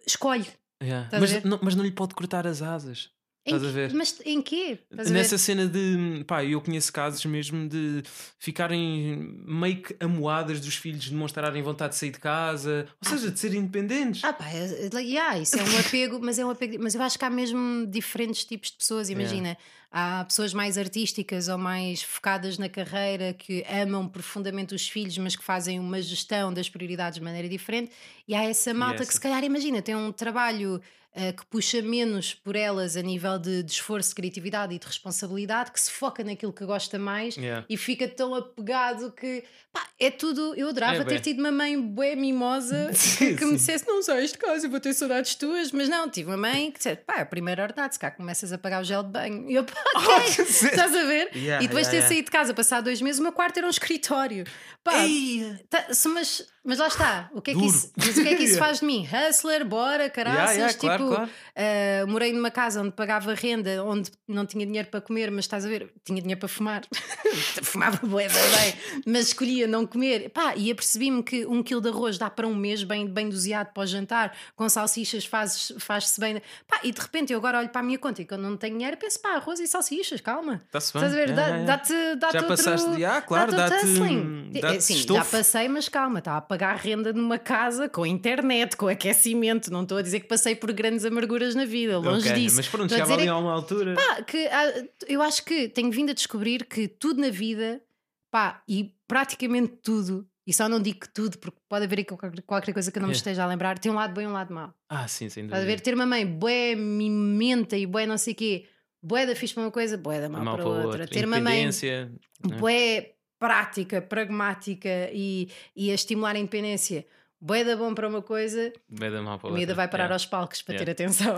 escolhe. Yeah. Estás a Mas, ver? não, mas não lhe pode cortar as asas. Em Estás a que- ver? Mas em quê? Estás a ver? Nessa cena de pá, eu conheço casos mesmo de ficarem meio que amuadas dos filhos de demonstrarem vontade de sair de casa, ou seja, de serem independentes. Ah, pá, é- é- yeah, isso é um apego, mas é um apego. Mas eu acho que há mesmo diferentes tipos de pessoas. Imagina, há pessoas mais artísticas ou mais focadas na carreira que amam profundamente os filhos, mas que fazem uma gestão das prioridades de maneira diferente. E há essa malta essa. que, se calhar, imagina, tem um trabalho uh, que puxa menos por elas a nível de, de esforço, de criatividade e de responsabilidade, que se foca naquilo que gosta mais Yeah. e fica tão apegado que pá, é tudo. Eu adorava É, ter bem. tido uma mãe bué mimosa que, que me dissesse: não sais de casa, eu vou ter saudades tuas. Mas não, tive uma mãe que disse: pá, é a primeira ordenada, se cá começas a pagar o gel de banho. E eu, pá, ok, estás a ver? Yeah, e depois de ter yeah, yeah. saído de casa, passado dois meses, o meu quarto era um escritório. Pá, Ei! tá- se- mas, mas lá está, o que é que Duro. isso, mas o que é que isso Yeah. faz de mim? Hustler, bora, caraças. yeah, tipo, claro, claro. ah, morei numa casa onde pagava renda, onde não tinha dinheiro para comer, mas estás a ver, tinha dinheiro para fumar. Fumava bué, bué, bem, mas escolhia não comer. Pá, e apercebi-me que um quilo de arroz dá para um mês bem, bem doseado para o jantar, com salsichas faz- faz-se bem. Pá, e de repente eu agora olho para a minha conta e quando não tenho dinheiro penso: pá, arroz e salsichas, calma. Está-se bem. Estás a ver? Yeah, Dá- yeah, yeah. Dá-te dá-te Já outro, passaste de- ah, claro, dá-te outro dá-te- hustling. dá-te Sim, já estofo. passei, mas calma, estava a pagar renda numa casa com internet, com aquecimento. Não estou a dizer que passei por grandes amarguras na vida, longe Ok, disso. Mas pronto, Estou a chegava dizer ali é a uma altura. Pá, que, ah, eu acho que tenho vindo a descobrir que tudo na vida, pá, e praticamente tudo, e só não digo que tudo, porque pode haver aí qualquer, qualquer coisa que eu não me É. esteja a lembrar, tem um lado bom e um lado mau. Ah, sim, sem Estás a dúvida. ver? Ter uma mãe bué mimenta e bué não sei o quê, bué da fixe para uma coisa, bué da mau Mal para para o outra. outro. Ter uma mãe Independência. né? bué prática, pragmática e, e a estimular a independência, bué da bom para uma coisa, Vai dar mal para a o miúda outro. vai parar Yeah. aos palcos para Yeah. ter atenção.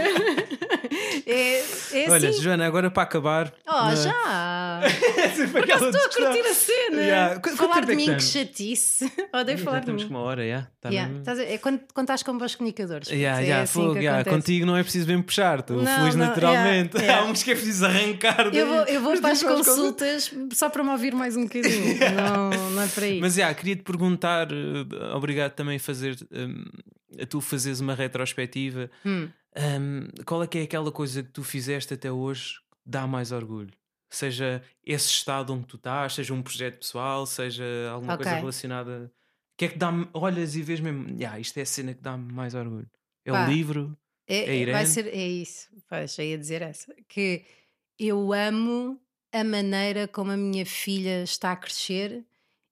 é, é Olha, assim. Joana, agora para acabar. Oh, na- já! Por acaso Estou a curtir a cena. Yeah. Qu- quanto Falar tempo de é que mim, que estamos? chatice. Odeio falar de Estamos mim. com uma hora, já. Tá Yeah. mesmo? Estás a- É quando, quando estás com bons comunicadores. Yeah, é yeah, assim fogo, que yeah. acontece. Contigo não é preciso bem puxar, estou Não, feliz não, naturalmente. yeah, yeah. Há uns que é preciso arrancar. Eu vou, daí. eu vou Mas para as depois vamos com- consultas só para me ouvir mais um bocadinho. Não, não é para aí. Mas já, queria te perguntar, eh, obrigado também a fazer hum, a tu fazeres uma retrospectiva. Hum. Hum, qual é que é aquela coisa que tu fizeste até hoje que dá mais orgulho? Seja esse estado onde tu estás, seja um projeto pessoal, seja alguma Ok. coisa relacionada. O que é que dá olhas e vês mesmo, yeah, isto é a cena que dá mais orgulho? É Pá, o livro? É, É é- vai Irene? ser, é isso. Pois, ia dizer essa. Que eu amo a maneira como a minha filha está a crescer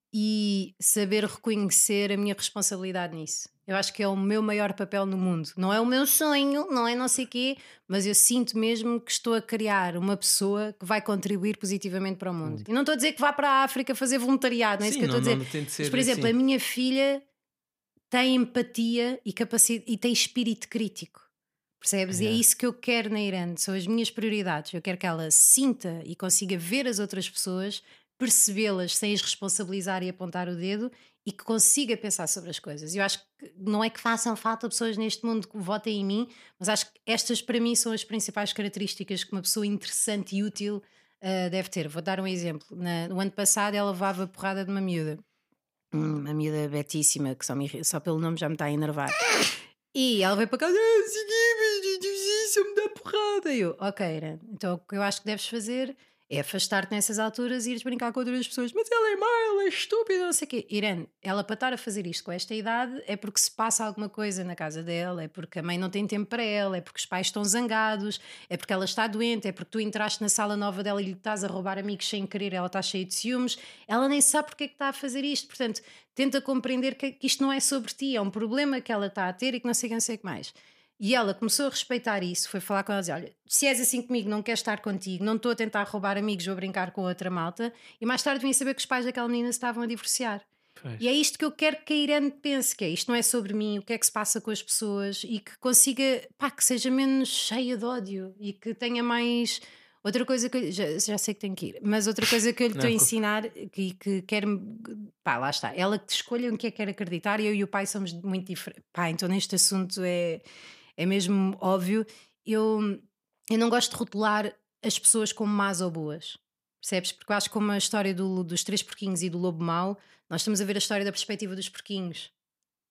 e saber reconhecer a minha responsabilidade nisso. Eu acho que é o meu maior papel no mundo. Não é o meu sonho, não é não sei quê, mas eu sinto mesmo que estou a criar uma pessoa que vai contribuir positivamente para o mundo. E não estou a dizer que vá para a África fazer voluntariado, não é isso Sim, que eu estou não, a dizer. não tem de ser Mas, por exemplo, assim. a minha filha tem empatia e capacidade e tem espírito crítico. Percebes? E é Yeah. isso que eu quero na Irene, são as minhas prioridades. Eu quero que ela sinta e consiga ver as outras pessoas, percebê-las sem as responsabilizar e apontar o dedo e que consiga pensar sobre as coisas. Eu acho que não é que façam falta pessoas neste mundo que votem em mim, mas acho que estas para mim são as principais características que uma pessoa interessante e útil ah, deve ter. Vou dar um exemplo. Na- no ano passado ela levava a porrada de uma miúda. Hum, uma miúda betíssima, que só, me irri- só pelo nome já me está a enervar. E ela veio para casa, ah, segui, isso me dá porrada. E eu, ok, Irene, então o que eu acho que deves fazer é afastar-te nessas alturas e ires brincar com outras pessoas. Mas ela é má, ela é estúpida, não sei o quê. Irene, ela para estar a fazer isto com esta idade é porque se passa alguma coisa na casa dela, é porque a mãe não tem tempo para ela, é porque os pais estão zangados, é porque ela está doente, é porque tu entraste na sala nova dela e lhe estás a roubar amigos sem querer, ela está cheia de ciúmes, ela nem sabe porque é que está a fazer isto. Portanto, tenta compreender que que isto não é sobre ti, é um problema que ela está a ter e que não sei quem sei o que mais. E ela começou a respeitar isso, foi falar com ela e dizer, olha, se és assim comigo, não queres estar contigo, não estou a tentar roubar amigos, vou brincar com outra malta. E mais tarde vim saber que os pais daquela menina se estavam a divorciar. Pois. E é isto que eu quero que a Irene pense, que é isto não é sobre mim, o que é que se passa com as pessoas e que consiga, pá, que seja menos cheia de ódio e que tenha mais... Outra coisa que eu, já, já sei que tenho que ir, mas outra coisa que eu lhe estou a Não, ensinar que, que quer, pá, lá está, ela que escolha o que é que quer acreditar e eu e o pai somos muito diferentes. Pá, então neste assunto é, é mesmo óbvio. Eu, eu não gosto de rotular as pessoas como más ou boas, percebes? Porque eu acho que como a história do, dos três porquinhos e do lobo mau, nós estamos a ver a história da perspectiva dos porquinhos.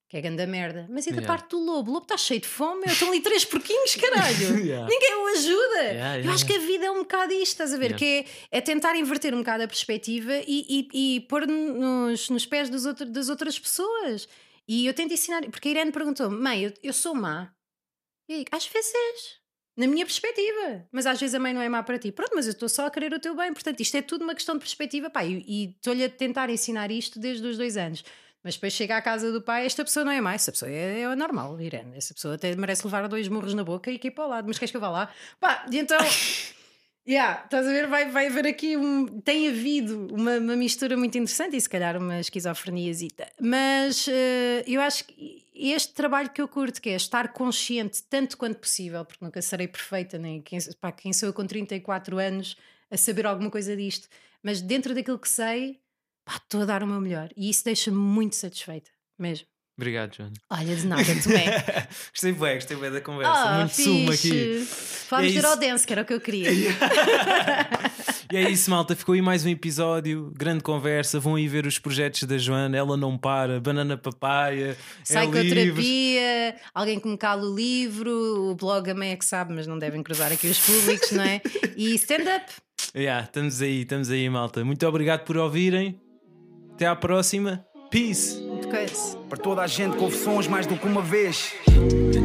que é grande merda. Mas e da Yeah. parte do lobo? O lobo está cheio de fome, meu. Estão ali três porquinhos, caralho. Yeah. Ninguém o ajuda. Yeah, yeah, Eu acho que a vida é um bocado isto, estás a ver? Yeah. Que é, é tentar inverter um bocado a perspectiva e, e, e pôr nos, nos pés dos outro, das outras pessoas. E eu tento ensinar, porque a Irene perguntou-me, mãe, eu, eu sou má? E eu digo, às vezes és. Na minha perspectiva, mas às vezes a mãe não é má para ti. Pronto, mas eu estou só a querer o teu bem. Portanto, isto é tudo uma questão de perspectiva, pá. E e estou-lhe a tentar ensinar isto desde os dois anos. Mas depois chega à casa do pai, esta pessoa não é má, essa pessoa é, é normal, Irene. Essa pessoa até merece levar dois murros na boca e cair para o lado. Mas queres que eu vá lá? Pá, e então... Yeah, estás a ver? Vai, vai haver aqui um. Tem havido uma, uma mistura muito interessante e se calhar uma esquizofreniazita. Mas uh, eu acho que este trabalho que eu curto, que é estar consciente tanto quanto possível, porque nunca serei perfeita, nem quem, pá, quem sou eu com trinta e quatro anos a saber alguma coisa disto, mas dentro daquilo que sei, pá, estou a dar o meu melhor e isso deixa-me muito satisfeita, mesmo. Obrigado, Joana. Olha, de nada, Tomé. Gostei bem, gostei bem da conversa. Oh, Muito fixe. sumo aqui. Vamos E é ir ao isso. dance, que era o que eu queria. E é isso, malta. Ficou aí mais um episódio. Grande conversa. Vão aí ver os projetos da Joana. Ela não para. Banana papaya. É livros. Psicoterapia, alguém que me cala o livro, o blog a mãe é que sabe, mas não devem cruzar aqui os públicos, não é? E stand-up. Yeah, estamos aí, estamos aí, malta. Muito obrigado por ouvirem. Até à próxima. Peace. Muito coisa. Para toda a gente, confissões mais do que uma vez.